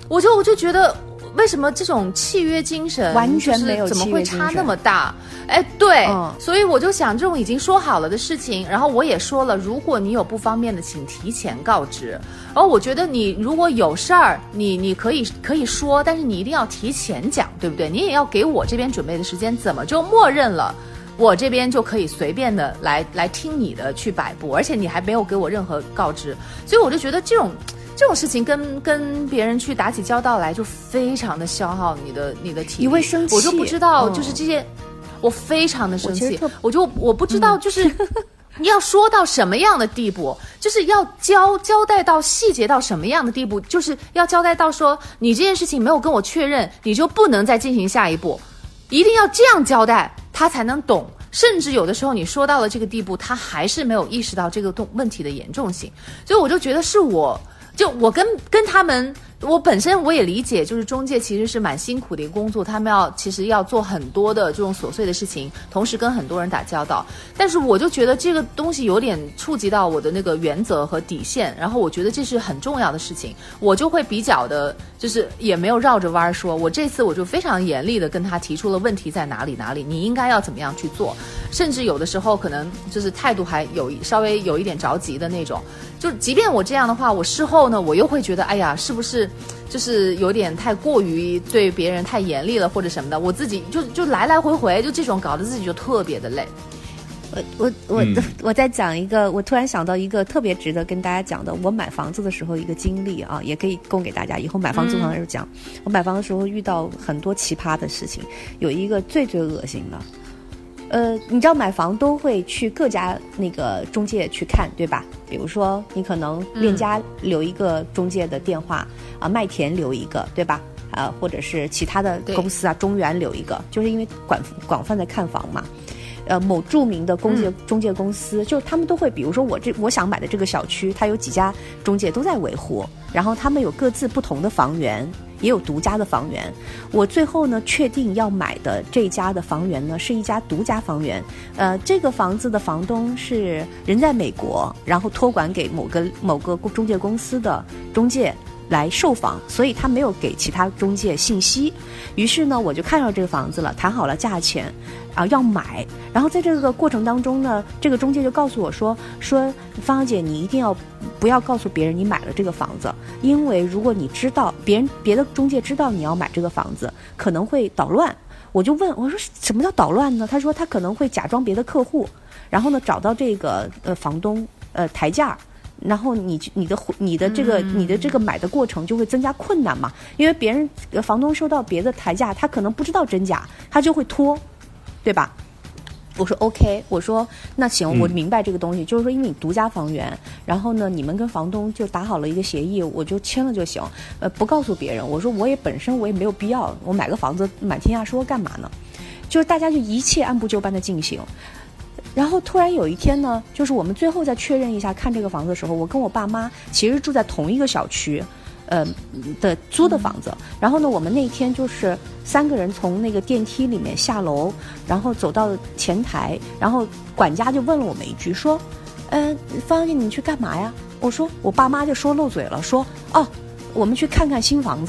我就我就觉得。为什么这种契约精神完全没有怎么会差那么大？哎，对、嗯，所以我就想，这种已经说好了的事情，然后我也说了，如果你有不方便的，请提前告知。然后我觉得你如果有事儿，你你可以可以说，但是你一定要提前讲，对不对？你也要给我这边准备的时间，怎么就默认了我这边就可以随便的来来听你的去摆布，而且你还没有给我任何告知，所以我就觉得这种。这种事情跟跟别人去打起交道来，就非常的消耗你的你的体力， 你会生气， 我就不知道，就是这些，嗯、我非常的生气，我, 我就我不知道，就是、嗯、你要说到什么样的地步，就是要交交代到细节到什么样的地步，就是要交代到说你这件事情没有跟我确认，你就不能再进行下一步，一定要这样交代，他才能懂。甚至有的时候你说到了这个地步，他还是没有意识到这个问题的严重性，所以我就觉得是我。就我跟跟他们，我本身我也理解，就是中介其实是蛮辛苦的一个工作，他们要其实要做很多的这种琐碎的事情，同时跟很多人打交道。但是我就觉得这个东西有点触及到我的那个原则和底线，然后我觉得这是很重要的事情，我就会比较的，就是也没有绕着弯说。我这次我就非常严厉的跟他提出了问题在哪里哪里，你应该要怎么样去做，甚至有的时候可能就是态度还有稍微有一点着急的那种。就即便我这样的话，我事后呢，我又会觉得，哎呀，是不是就是有点太过于对别人太严厉了，或者什么的？我自己就就来来回回就这种，搞得自己就特别的累。 我我我、嗯、我再讲一个，我突然想到一个特别值得跟大家讲的，我买房子的时候一个经历啊，也可以供给大家。以后买房租房的时候讲、嗯，我买房的时候遇到很多奇葩的事情，有一个最最恶心的。呃，你知道买房都会去各家那个中介去看，对吧？比如说你可能链家留一个中介的电话、嗯、啊，麦田留一个，对吧？啊，或者是其他的公司啊，中原留一个，就是因为广广泛的看房嘛。呃，某著名的中介、嗯、中介公司，就他们都会，比如说我这我想买的这个小区，它有几家中介都在维护，然后他们有各自不同的房源。也有独家的房源，我最后呢确定要买的这家的房源呢是一家独家房源，呃，这个房子的房东是人在美国，然后托管给某个某个中介公司的中介来售房，所以他没有给其他中介信息。于是呢，我就看上这个房子了，谈好了价钱，啊、呃，要买。然后在这个过程当中呢，这个中介就告诉我说：“说芳芳姐，你一定要不要告诉别人你买了这个房子，因为如果你知道别人别的中介知道你要买这个房子，可能会捣乱。”我就问我说：“什么叫捣乱呢？”他说：“他可能会假装别的客户，然后呢找到这个呃房东呃抬价。”然后你你的你的这个、嗯、你的这个买的过程就会增加困难嘛，因为别人房东收到别的抬价，他可能不知道真假，他就会拖，对吧？我说 OK， 我说那行，我明白这个东西、嗯、就是说因为你独家房源，然后呢你们跟房东就打好了一个协议，我就签了就行，呃不告诉别人。我说我也本身我也没有必要，我买个房子满天下说干嘛呢？就是大家就一切按部就班的进行。然后突然有一天呢，就是我们最后再确认一下看这个房子的时候，我跟我爸妈其实住在同一个小区，呃的租的房子。然后呢，我们那天就是三个人从那个电梯里面下楼，然后走到前台，然后管家就问了我们一句，说：“嗯、呃，芳姐，你去干嘛呀？”我说：“我爸妈就说漏嘴了，说哦，我们去看看新房子。”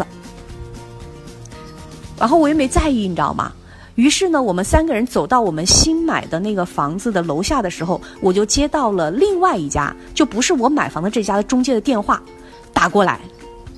然后我也没在意，你知道吗？于是呢，我们三个人走到我们新买的那个房子的楼下的时候，我就接到了另外一家，就不是我买房的这家的中介的电话打过来，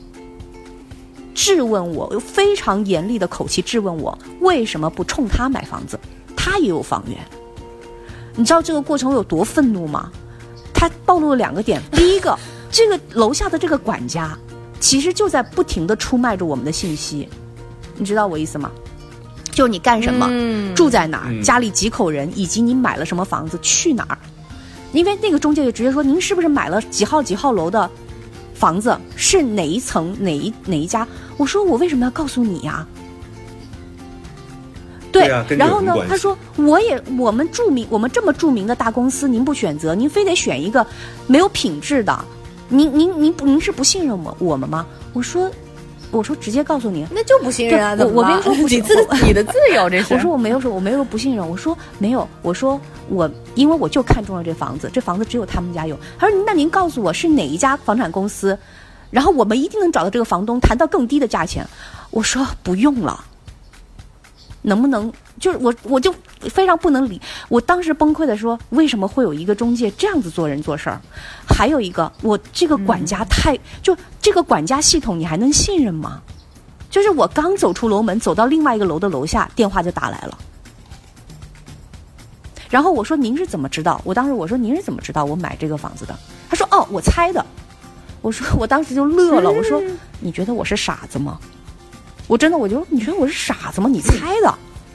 质问我，用非常严厉的口气质问我为什么不冲他买房子，他也有房源。你知道这个过程有多愤怒吗？他暴露了两个点，第一个，这个楼下的这个管家其实就在不停地出卖着我们的信息，你知道我意思吗？就是你干什么、嗯、住在哪儿、嗯、家里几口人，以及你买了什么房子去哪儿。因为那个中介就直接说，您是不是买了几号几号楼的房子，是哪一层哪一哪一家。我说我为什么要告诉你呀、啊、对, 对、啊、然后呢他说我也我们著名我们这么著名的大公司您不选择，您非得选一个没有品质的，您您您您是不信任我我们吗？我说我说直接告诉你， 那就不信任啊！ 我我跟你说， 你自你的自由这是。 我说我没有说，我没有不信任。我说没有，我说我因为我就看中了这房子，这房子只有他们家有。他说那您告诉我是哪一家房产公司， 然后我们一定能找到这个房东，谈到更低的价钱。我说不用了，能不能就是我我就非常不能理，我当时崩溃的说，为什么会有一个中介这样子做人做事儿？还有一个，我这个管家太、嗯、就这个管家系统你还能信任吗？就是我刚走出楼门，走到另外一个楼的楼下，电话就打来了。然后我说您是怎么知道？我当时我说您是怎么知道我买这个房子的？他说哦，我猜的。我说我当时就乐了，我说你觉得我是傻子吗？我真的我就你觉得我是傻子吗？你猜的。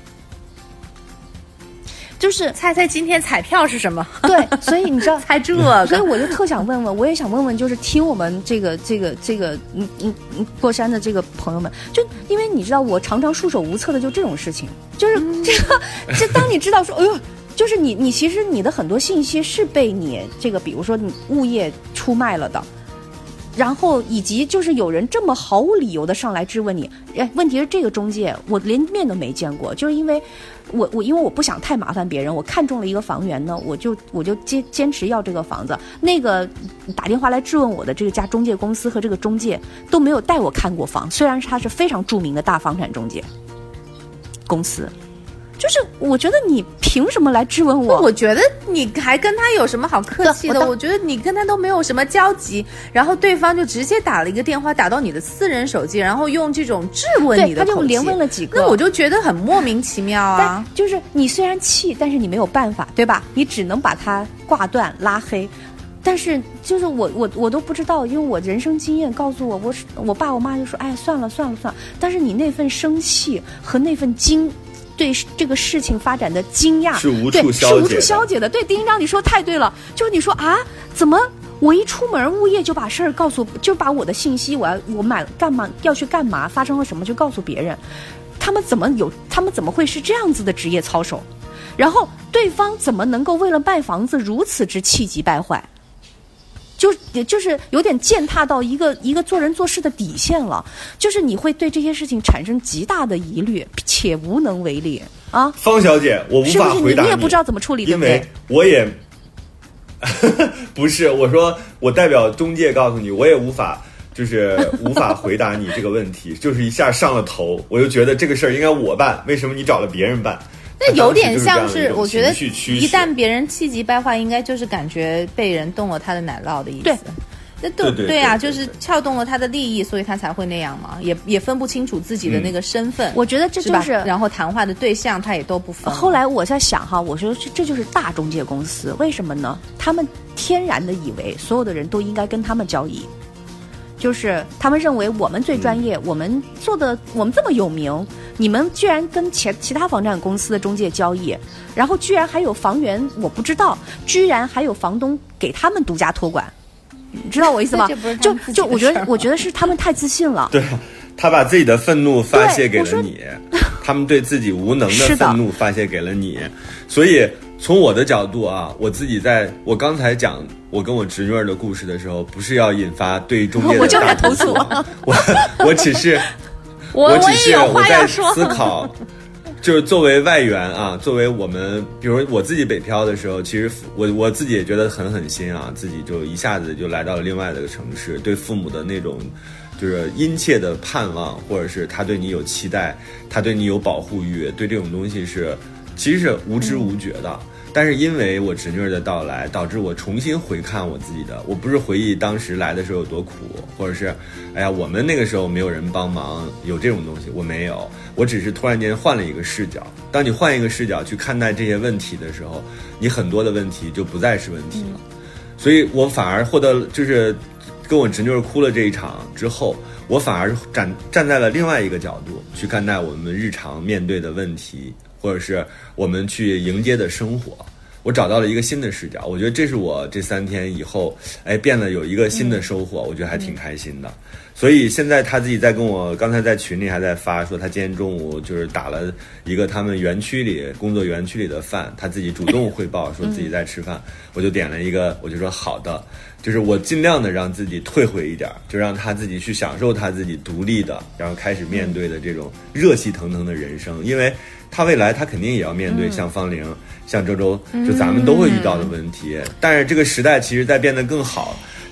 就是猜猜今天彩票是什么？ 对，所以你知道猜这个， 所以我就特想问问，我也想问问，就是听我们这个这个这个嗯嗯嗯过山的这个朋友们，就因为你知道我常常束手无策的，就这种事情，就是这个，这当你知道说，哎呦。就是你，你其实你的很多信息是被你这个，比如说你物业出卖了的，然后以及就是有人这么毫无理由的上来质问你，哎，问题是这个中介我连面都没见过，就是因为我我因为我不想太麻烦别人，我看中了一个房源呢，我就我就坚坚持要这个房子。那个打电话来质问我的这个家中介公司和这个中介都没有带我看过房，虽然他是非常著名的大房产中介公司。就是我觉得你凭什么来质问我？ 我觉得你还跟他有什么好客气的？我, 我觉得你跟他都没有什么交集，然后对方就直接打了一个电话打到你的私人手机，然后用这种质问你的口气， 他就连问了几个， 那我就觉得很莫名其妙啊。 但就是你虽然气，但是你没有办法，对吧？你只能把他挂断拉黑。但是就是我我我都不知道，因为我人生经验告诉我，我我爸我妈就说，哎，算了算了算了。但是你那份生气和那份惊。对这个事情发展的惊讶是无处消解的， 是无处消解的。对，丁一章你说太对了，就是你说啊，怎么我一出门，物业就把事儿告诉，就把我的信息，我要我买干嘛要去干嘛，发生了什么就告诉别人，他们怎么有，他们怎么会是这样子的职业操守？然后对方怎么能够为了卖房子如此之气急败坏？就也就是有点践踏到一个一个做人做事的底线了，就是你会对这些事情产生极大的疑虑，且无能为力啊。 方小姐，我无法回答 你, 是不是 你, 你也不知道怎么处理， 因为我也不是我说我代表中介告诉你，我也无法就是无法回答你这个问题，就是一下上了头，我就觉得这个事儿应该我办，为什么你找了别人办？ 那有点像是，我觉得一旦别人气急败坏，应该就是感觉被人动了他的奶酪的意思。 对， 那对对对啊，就是撬动了他的利益，所以他才会那样嘛，也也分不清楚自己的那个身份。 嗯、我觉得这就是， 然后谈话的对象他也都不分。 后来我在想哈，我说这这就是大中介公司，为什么呢？他们天然的以为所有的人都应该跟他们交易。就是他们认为我们最专业，嗯、我们做的我们这么有名，你们居然跟其其他房产公司的中介交易，然后居然还有房源我不知道，居然还有房东给他们独家托管，你知道我意思吗？就就我觉得我觉得是他们太自信了。 对，他把自己的愤怒发泄给了你，他们对自己无能的愤怒发泄给了你，所以。从我的角度啊，我自己在我刚才讲我跟我侄女儿的故事的时候，不是要引发对中介的大投诉，我我只是我我只是我在思考，就是作为外援啊，作为我们，比如我自己北漂的时候，其实我我自己也觉得很狠心啊，自己就一下子就来到了另外的一个城市，对父母的那种就是殷切的盼望，或者是他对你有期待，他对你有保护欲，对这种东西是其实是无知无觉的。嗯，但是因为我侄女儿的到来，导致我重新回看我自己的，我不是回忆当时来的时候有多苦，或者是哎呀我们那个时候没有人帮忙，有这种东西我没有，我只是突然间换了一个视角。当你换一个视角去看待这些问题的时候，你很多的问题就不再是问题了。所以我反而获得就是跟我侄女儿哭了这一场之后，我反而站站在了另外一个角度去看待我们日常面对的问题，或者是我们去迎接的生活，我找到了一个新的视角。我觉得这是我这三天以后，哎，变得有一个新的收获，我觉得还挺开心的。所以现在他自己在跟我，刚才在群里还在发说，他今天中午就是打了一个他们园区里工作园区里的饭，他自己主动汇报说自己在吃饭，我就点了一个，我就说好的，就是我尽量的让自己退回一点，就让他自己去享受他自己独立的，然后开始面对的这种热气腾腾的人生，因为他未来他肯定也要面对像方玲、嗯、像周周，就咱们都会遇到的问题、嗯、但是这个时代其实在变得更好，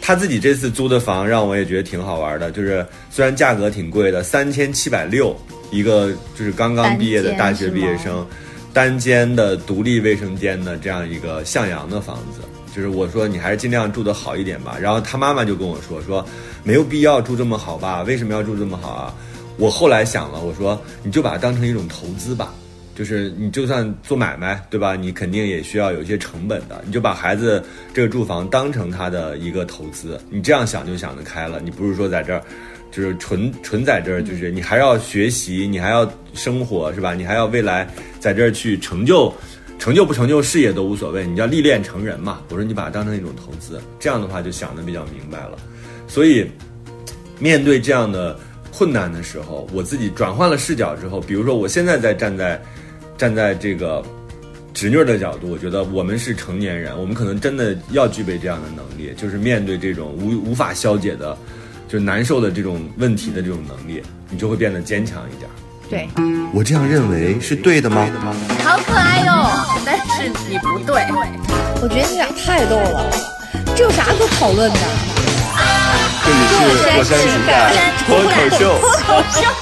他自己这次租的房让我也觉得挺好玩的，就是虽然价格挺贵的，三千七百六一个就是刚刚毕业的大学毕业生，单间的独立卫生间的这样一个向阳的房子。就是我说你还是尽量住得好一点吧，然后他妈妈就跟我说说没有必要住这么好吧，为什么要住这么好啊？我后来想了，我说你就把它当成一种投资吧，就是你就算做买卖对吧，你肯定也需要有一些成本的，你就把孩子这个住房当成他的一个投资，你这样想就想得开了。你不是说在这儿就是纯纯在这儿，就是你还要学习，你还要生活是吧，你还要未来在这儿去成就成就不成就事业都无所谓，你要历练成人嘛。我说你把它当成一种投资，这样的话就想得比较明白了。所以面对这样的困难的时候，我自己转换了视角之后，比如说我现在在站在站在这个侄女的角度，我觉得我们是成年人，我们可能真的要具备这样的能力，就是面对这种无无法消解的就难受的这种问题的这种能力，你就会变得坚强一点。 对， 我这样认为是对的吗？ 好可爱哟，但是你不对。 我觉得你俩太逗了，这有啥可讨论的？ 这里是火山情感脱口秀。 脱口秀。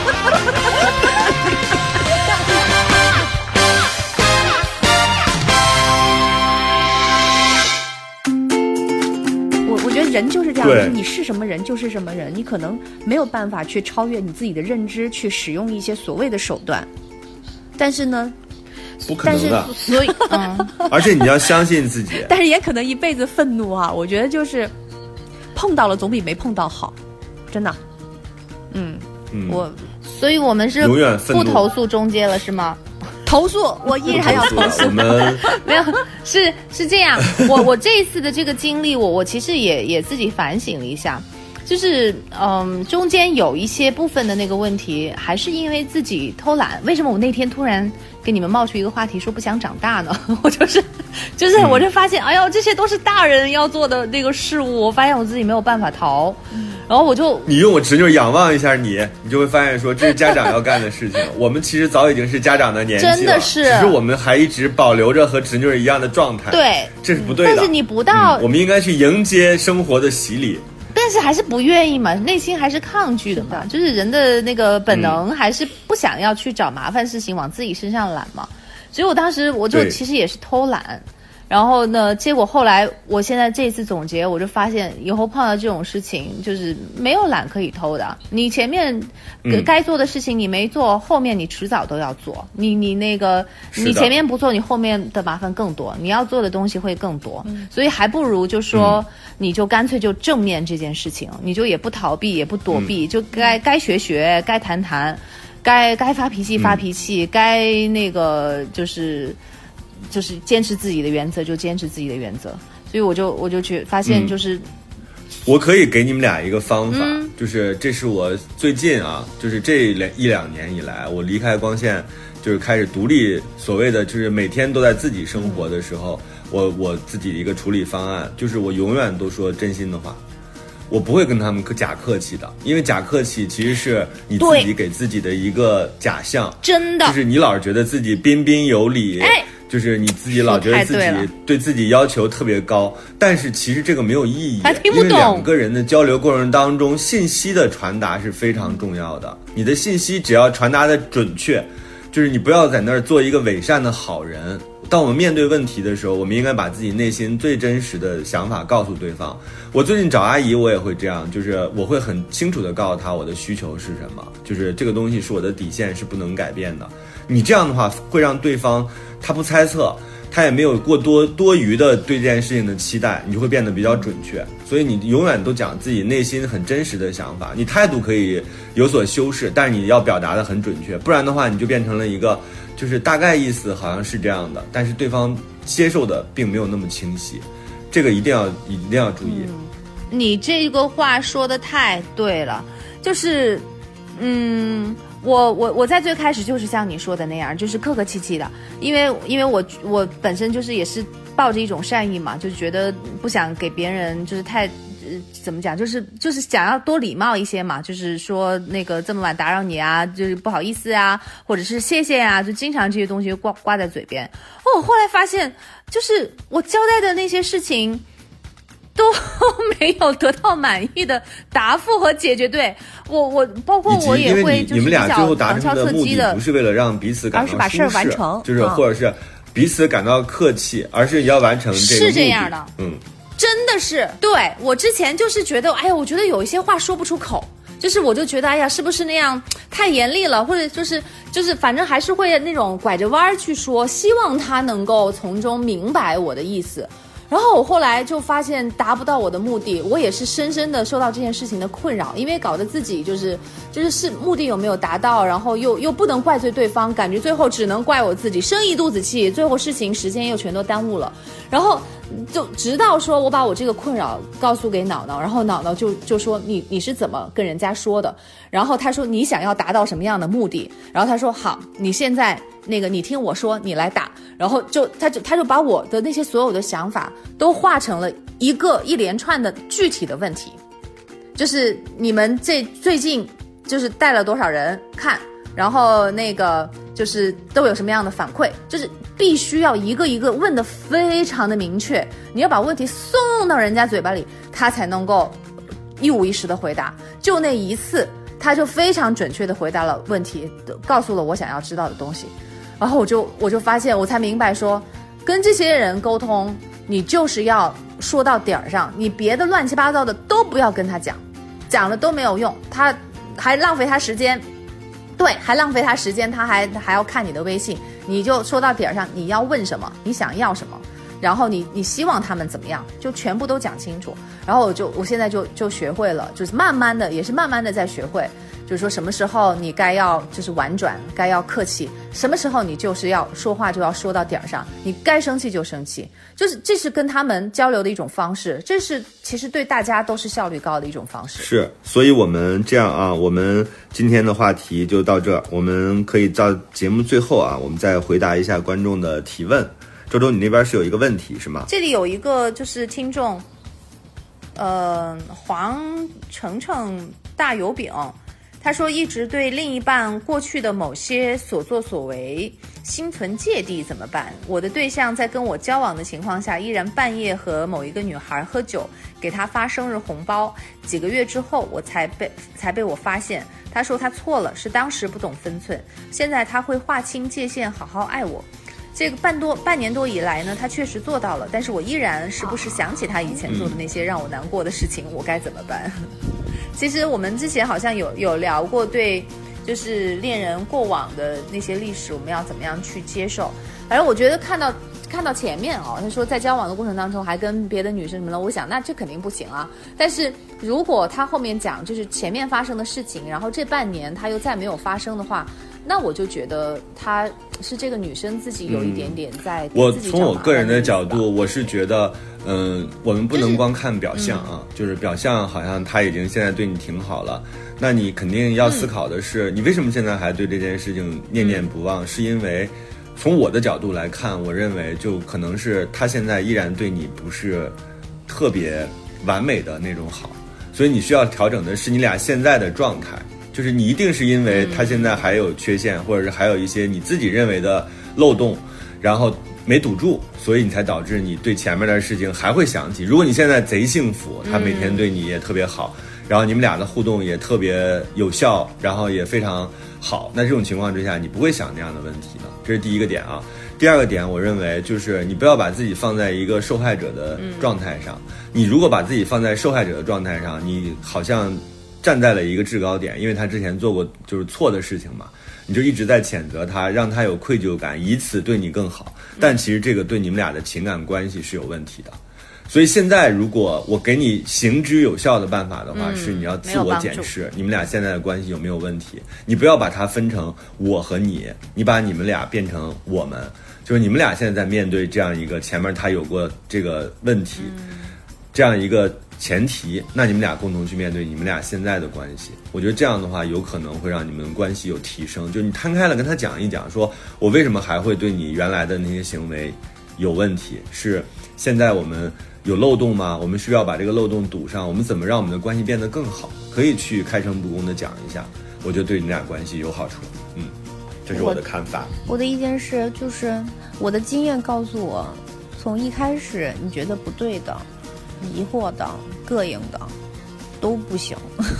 我我觉得人就是这样，你是什么人就是什么人，你可能没有办法去超越你自己的认知，去使用一些所谓的手段，但是呢。 不可能的， 所以，嗯， 而且你要相信自己。 但是也可能一辈子愤怒啊！我觉得就是碰到了总比没碰到好，真的。嗯，嗯我， 所以我们是永远愤怒不投诉中介了，是吗？ 投诉，我依然要投诉。 我们没有，是是这样。我我这一次的这个经历，我我其实也也自己反省了一下。就是嗯，中间有一些部分的那个问题，还是因为自己偷懒。为什么我那天突然给你们冒出一个话题，说不想长大呢？我就是，就是我就发现，嗯、哎呦，这些都是大人要做的那个事物，我发现我自己没有办法逃，嗯、然后我就你用我侄女仰望一下你，你就会发现说这是家长要干的事情。我们其实早已经是家长的年纪了， 真的是， 只是我们还一直保留着和侄女一样的状态。 对， 这是不对的。 但是你不到、 嗯，我们应该去迎接生活的洗礼。 但是还是不愿意嘛，内心还是抗拒的嘛，是的就是人的那个本能还是不想要去找麻烦事情往自己身上揽嘛。所以我当时我就其实也是偷懒，然后呢，结果后来我现在这次总结，我就发现以后碰到这种事情，就是没有懒可以偷的。你前面该做的事情你没做，后面你迟早都要做。你你那个你前面不做，你后面的麻烦更多，你要做的东西会更多。嗯、所以还不如就说。嗯你就干脆就正面这件事情，你就也不逃避也不躲避，嗯、就该该学学，该谈谈，该该发脾气发脾气，嗯、该那个就是就是坚持自己的原则就坚持自己的原则。所以我就我就去发现就是、嗯， 我可以给你们俩一个方法，嗯、就是这是我最近啊，就是这两一两年以来，我离开光线，就是开始独立，所谓的就是每天都在自己生活的时候。嗯我我自己的一个处理方案就是我永远都说真心的话，我不会跟他们假客气的，因为假客气其实是你自己给自己的一个假象， 真的就是你老觉得自己彬彬有礼，哎，就是你自己老觉得自己对自己要求特别高，但是其实这个没有意义， 还听不懂。 因为两个人的交流过程当中，信息的传达是非常重要的，你的信息只要传达的准确，就是你不要在那儿做一个伪善的好人。当我们面对问题的时候，我们应该把自己内心最真实的想法告诉对方。我最近找阿姨，我也会这样，就是我会很清楚地告诉她我的需求是什么，就是这个东西是我的底线，是不能改变的。你这样的话会让对方他不猜测，他也没有过多多余的对这件事情的期待，你就会变得比较准确。所以你永远都讲自己内心很真实的想法，你态度可以有所修饰，但是你要表达的很准确，不然的话你就变成了一个就是大概意思好像是这样的，但是对方接受的并没有那么清晰，这个一定要一定要注意。 嗯、你这个话说的太对了，就是嗯我我我在最开始就是像你说的那样，就是客客气气的，因为因为我我本身就是也是抱着一种善意嘛，就是觉得不想给别人就是太呃怎么讲，就是就是想要多礼貌一些嘛，就是说那个这么晚打扰你啊，就是不好意思啊，或者是谢谢啊，就经常这些东西挂挂在嘴边。哦，我后来发现，就是我交代的那些事情。都没有得到满意的答复和解决。对我，我包括我也会就是比较旁敲侧击的， 不是为了让彼此感到舒适， 而是把事儿完成， 就是、嗯、或者是彼此感到客气，而是要完成这个目的。 是这样的， 嗯， 真的是。对，我之前就是觉得，哎呀，我觉得有一些话说不出口。就是我就觉得，哎呀，是不是那样太严厉了，或者就是就是反正还是会那种拐着弯去说，希望他能够从中明白我的意思。然后我后来就发现达不到我的目的，我也是深深的受到这件事情的困扰，因为搞得自己就是就是是目的有没有达到，然后又又不能怪罪对方，感觉最后只能怪我自己，生一肚子气，最后事情时间又全都耽误了。然后就直到说我把我这个困扰告诉给脑脑，然后脑脑就就说你你是怎么跟人家说的，然后他说你想要达到什么样的目的，然后他说好，你现在那个你听我说，你来打，然后就他就他就把我的那些所有的想法都化成了一个一连串的具体的问题，就是你们这最近就是带了多少人看，然后那个就是都有什么样的反馈，就是必须要一个一个问的非常的明确，你要把问题送到人家嘴巴里，他才能够一五一十的回答。就那一次他就非常准确的回答了问题，告诉了我想要知道的东西。然后我就我就发现，我才明白说，跟这些人沟通，你就是要说到点儿上，你别的乱七八糟的都不要跟他讲，讲了都没有用，他还浪费他时间，对，还浪费他时间，他还还要看你的微信，你就说到点儿上，你要问什么，你想要什么，然后你你希望他们怎么样，就全部都讲清楚。然后我就我现在就就学会了，就是慢慢的，也是慢慢的在学会。就是说什么时候你该要就是婉转，该要客气，什么时候你就是要说话就要说到点儿上，你该生气就生气，就是这是跟他们交流的一种方式，这是其实对大家都是效率高的一种方式。 是，所以我们这样啊，我们今天的话题就到这儿，我们可以到节目最后啊，我们再回答一下观众的提问。周周，你那边是有一个问题是吗？ 这里有一个就是听众，呃，黄程程大油饼。他说一直对另一半过去的某些所作所为心存芥蒂怎么办？我的对象在跟我交往的情况下，依然半夜和某一个女孩喝酒，给她发生日红包。几个月之后，我才被才被我发现，他说他错了，是当时不懂分寸，现在他会划清界限，好好爱我。这个半多半年多以来呢，他确实做到了，但是我依然时不时想起他以前做的那些让我难过的事情，我该怎么办？其实我们之前好像有有聊过，对，就是恋人过往的那些历史，我们要怎么样去接受？反正我觉得看到看到前面哦，他说在交往的过程当中还跟别的女生什么的，我想那这肯定不行啊。但是如果他后面讲就是前面发生的事情，然后这半年他又再没有发生的话，那我就觉得他是这个女生自己有一点点在、嗯、 我从我个人的角度，我是觉得嗯、呃，我们不能光看表象啊、就是嗯、就是表象好像他已经现在对你挺好了，那你肯定要思考的是、嗯、你为什么现在还对这件事情念念不忘、嗯、是因为从我的角度来看，我认为就可能是他现在依然对你不是特别完美的那种好，所以你需要调整的是你俩现在的状态，就是你一定是因为他现在还有缺陷、嗯、或者是还有一些你自己认为的漏洞，然后没堵住，所以你才导致你对前面的事情还会想起。如果你现在贼幸福，他每天对你也特别好、嗯、然后你们俩的互动也特别有效，然后也非常好，那这种情况之下你不会想那样的问题的，这是第一个点啊。第二个点，我认为就是你不要把自己放在一个受害者的状态上、嗯、你如果把自己放在受害者的状态上，你好像站在了一个制高点，因为他之前做过就是错的事情嘛，你就一直在谴责他，让他有愧疚感，以此对你更好，但其实这个对你们俩的情感关系是有问题的。所以现在如果我给你行之有效的办法的话、嗯、是你要自我检视你们俩现在的关系有没有问题，你不要把它分成我和你，你把你们俩变成我们，就是你们俩现在在面对这样一个前面他有过这个问题、嗯、这样一个前提，那你们俩共同去面对你们俩现在的关系，我觉得这样的话有可能会让你们关系有提升。就你摊开了跟他讲一讲，说我为什么还会对你原来的那些行为有问题，是现在我们有漏洞吗？我们需要把这个漏洞堵上，我们怎么让我们的关系变得更好，可以去开诚布公的讲一下，我觉得对你俩关系有好处。嗯，这是我的看法。 我, 我的意见是，就是我的经验告诉我，从一开始你觉得不对的， 迷惑的、膈应的都不行。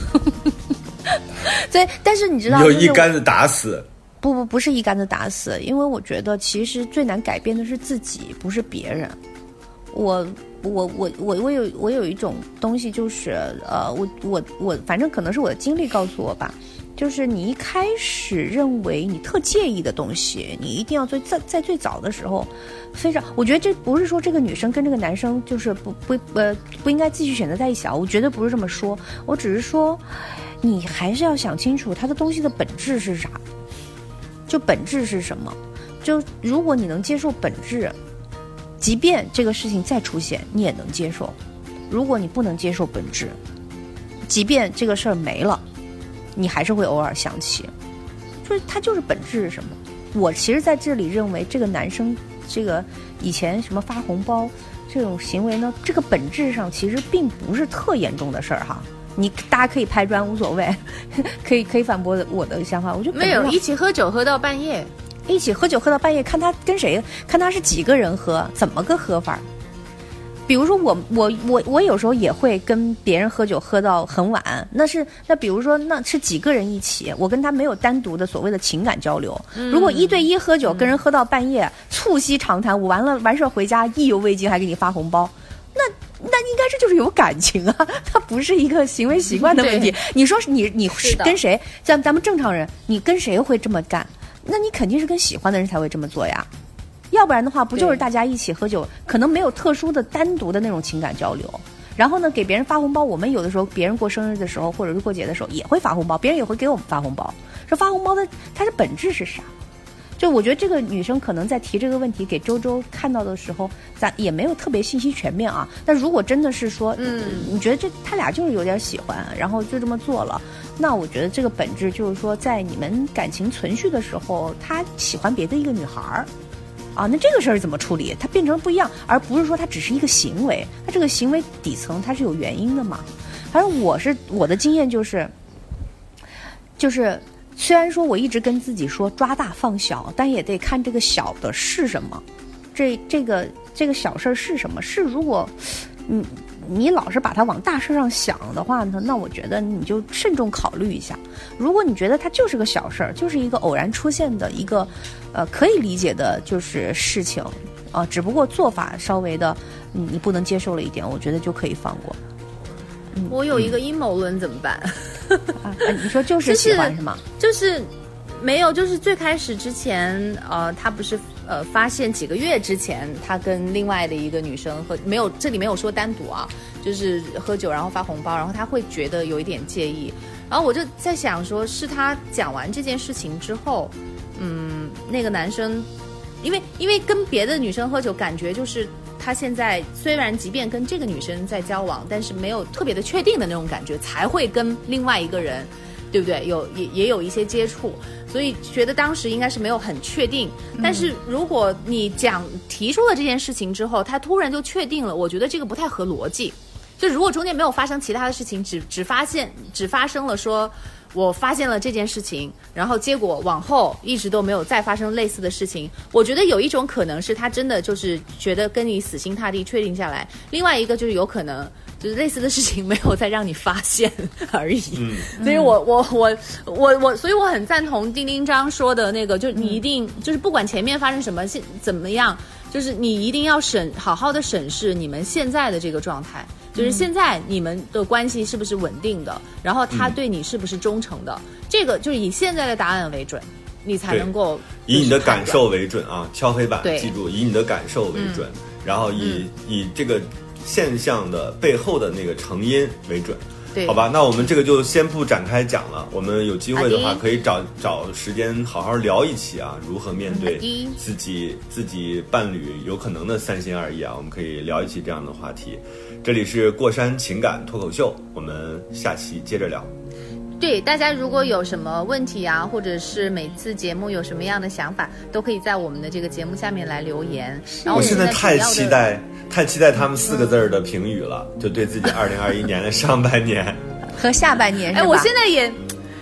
对，但是你知道， 有一竿子打死。 不不不是一竿子打死，因为我觉得其实最难改变的是自己，不是别人。我我我我我有我有一种东西，就是呃，我我我，反正可能是我的经历告诉我吧，就是你一开始认为你特介意的东西，你一定要最在在最早的时候，非常，我觉得这不是说这个女生跟这个男生就是不不呃不应该继续选择在一起啊，我绝对不是这么说，我只是说，你还是要想清楚他的东西的本质是啥，就本质是什么，就如果你能接受本质。即便这个事情再出现，你也能接受。如果你不能接受本质，即便这个事儿没了，你还是会偶尔想起，就是它就是本质是什么。我其实在这里认为，这个男生这个以前什么发红包这种行为呢，这个本质上其实并不是特严重的事儿哈。你大家可以拍砖无所谓，可以可以反驳我的想法。我觉得没有一起喝酒喝到半夜。 一起喝酒喝到半夜，看他跟谁，看他是几个人喝，怎么个喝法。比如说我我我我有时候也会跟别人喝酒喝到很晚，那是那比如说那是几个人一起，我跟他没有单独的所谓的情感交流。嗯、如果一对一喝酒，跟人喝到半夜，促膝长谈，我完了完事儿回家意犹未尽，还给你发红包，那那应该是就是有感情啊，它不是一个行为习惯的问题。你说你你跟谁，咱咱们正常人，你跟谁会这么干？那你肯定是跟喜欢的人才会这么做呀，要不然的话不就是大家一起喝酒，可能没有特殊的单独的那种情感交流，然后呢给别人发红包，我们有的时候别人过生日的时候或者是过节的时候也会发红包，别人也会给我们发红包，这发红包的它的本质是啥？就我觉得这个女生可能在提这个问题给周周看到的时候，咱也没有特别信息全面啊。但如果真的是说，嗯，你觉得这他俩就是有点喜欢，然后就这么做了，那我觉得这个本质就是说，在你们感情存续的时候，他喜欢别的一个女孩儿，啊，那这个事儿怎么处理？它变成不一样，而不是说它只是一个行为，它这个行为底层它是有原因的嘛。反正我是我的经验就是，就是。虽然说我一直跟自己说抓大放小，但也得看这个小的是什么，这这个这个小事是什么？是如果你你老是把它往大事上想的话呢，那我觉得你就慎重考虑一下。如果你觉得它就是个小事儿，就是一个偶然出现的一个呃可以理解的就是事情啊、呃，只不过做法稍微的你你不能接受了一点，我觉得就可以放过。 嗯、我有一个阴谋论怎么办？ 啊，你说就是喜欢是吗？ 就是没有，就是最开始之前，呃，他不是呃发现几个月之前，他跟另外的一个女生喝，没有，这里没有说单独啊，就是喝酒然后发红包，然后他会觉得有一点介意，然后我就在想说，是他讲完这件事情之后，嗯，那个男生，因为因为跟别的女生喝酒，感觉就是。他现在虽然即便跟这个女生在交往，但是没有特别的确定的那种感觉，才会跟另外一个人，对不对？有也也有一些接触，所以觉得当时应该是没有很确定。但是如果你讲提出了这件事情之后，他突然就确定了，我觉得这个不太合逻辑。就如果中间没有发生其他的事情，只只发现只发生了说。我发现了这件事情，然后结果往后一直都没有再发生类似的事情。我觉得有一种可能是他真的就是觉得跟你死心塌地确定下来，另外一个就是有可能就是类似的事情没有再让你发现而已。嗯、所以我我我我我，所以我很赞同丁丁章说的那个，就你一定、嗯、就是不管前面发生什么，现怎么样，就是你一定要审好好的审视你们现在的这个状态。就是现在你们的关系是不是稳定的，然后他对你是不是忠诚的、嗯、这个就是以现在的答案为准，你才能够以你的感受为准啊，敲黑板记住，以你的感受为准、嗯、然后以、嗯、以这个现象的背后的那个成因为准。对，好吧，那我们这个就先不展开讲了，我们有机会的话可以找找时间好好聊一期啊，如何面对自己自己伴侣有可能的三心二意啊，我们可以聊一期这样的话题。这里是过山情感脱口秀，我们下期接着聊。 对，大家如果有什么问题啊，或者是每次节目有什么样的想法，都可以在我们的这个节目下面来留言。然后我现在太期待太期待他们四个字的评语了、嗯、就对自己二零二一年的上半年和下半年是吧？ 哎，我现在也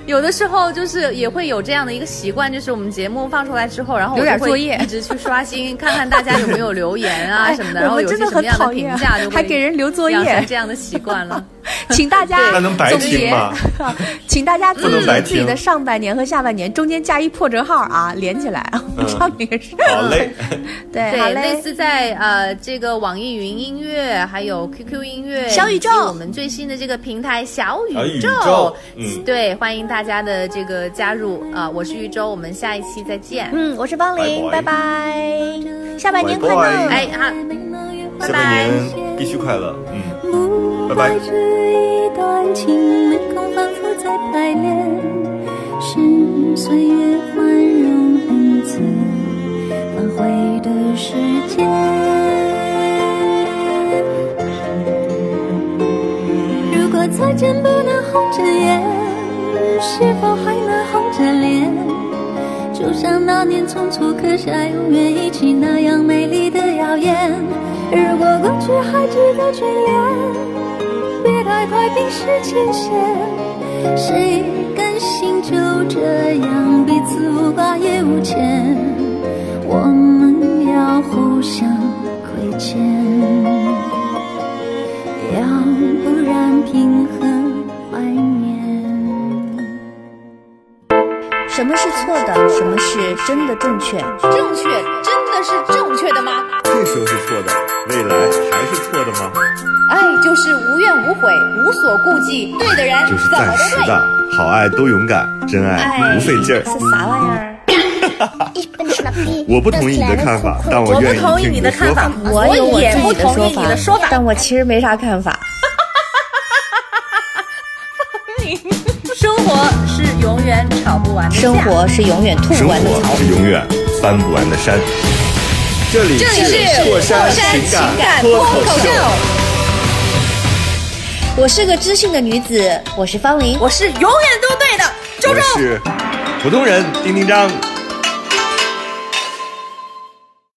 有的时候就是也会有这样的一个习惯，就是我们节目放出来之后，然后有点作业， 一直去刷新，看看大家有没有留言啊什么的，然后有些什么样的评价，就会还给人留作业， 养成这样的习惯了。 请大家那能白听吗？ 请大家自己自己的上半年和下半年中间加一破折号啊，连起来， 嗯、 这样也是。 好嘞， 对， 对，类似在呃这个网易云音乐，还有 Q Q 音乐、 小宇宙， 我们最新的这个平台小宇宙， 宇宙嗯， 对，欢迎大家的这个加入啊、呃！我是玉州，我们下一期再见。 嗯，我是芳玲，拜拜，下半年快乐， 哎哈，拜拜， 下半年必须快乐，嗯，拜拜。 一段情没空反复在排练，是岁月宽容恩赐反悔的时间。如果再见不能红着眼，是否还能红着脸？就像那年匆促刻下永远一起那样美丽的谣言。如果过去还值得眷恋，别太快冰释前嫌，谁甘心就这样彼此无挂也无牵？我们要互相亏欠，要不然凭何怀念？ 什么是错的？什么是真的正确？ 正确真的是正确的吗？ 这时候是错的，未来还是错的吗？ 爱就是无怨无悔，无所顾忌，对的人就是暂时的，好爱都勇敢，真爱不费劲儿。 是啥玩意儿？ 我不同意你的看法，但我愿意听你的说法。 我有我也不自己的同意你的说法， 但我其实没啥看法。 生活是永远吵不完的架， 生活是永远吐不完的槽， 生活是永远翻不完的山。这里是过山情感脱口秀。 我是个知性的女子，我是芳玲， 我是永远都对的周周， 我是普通人丁丁张。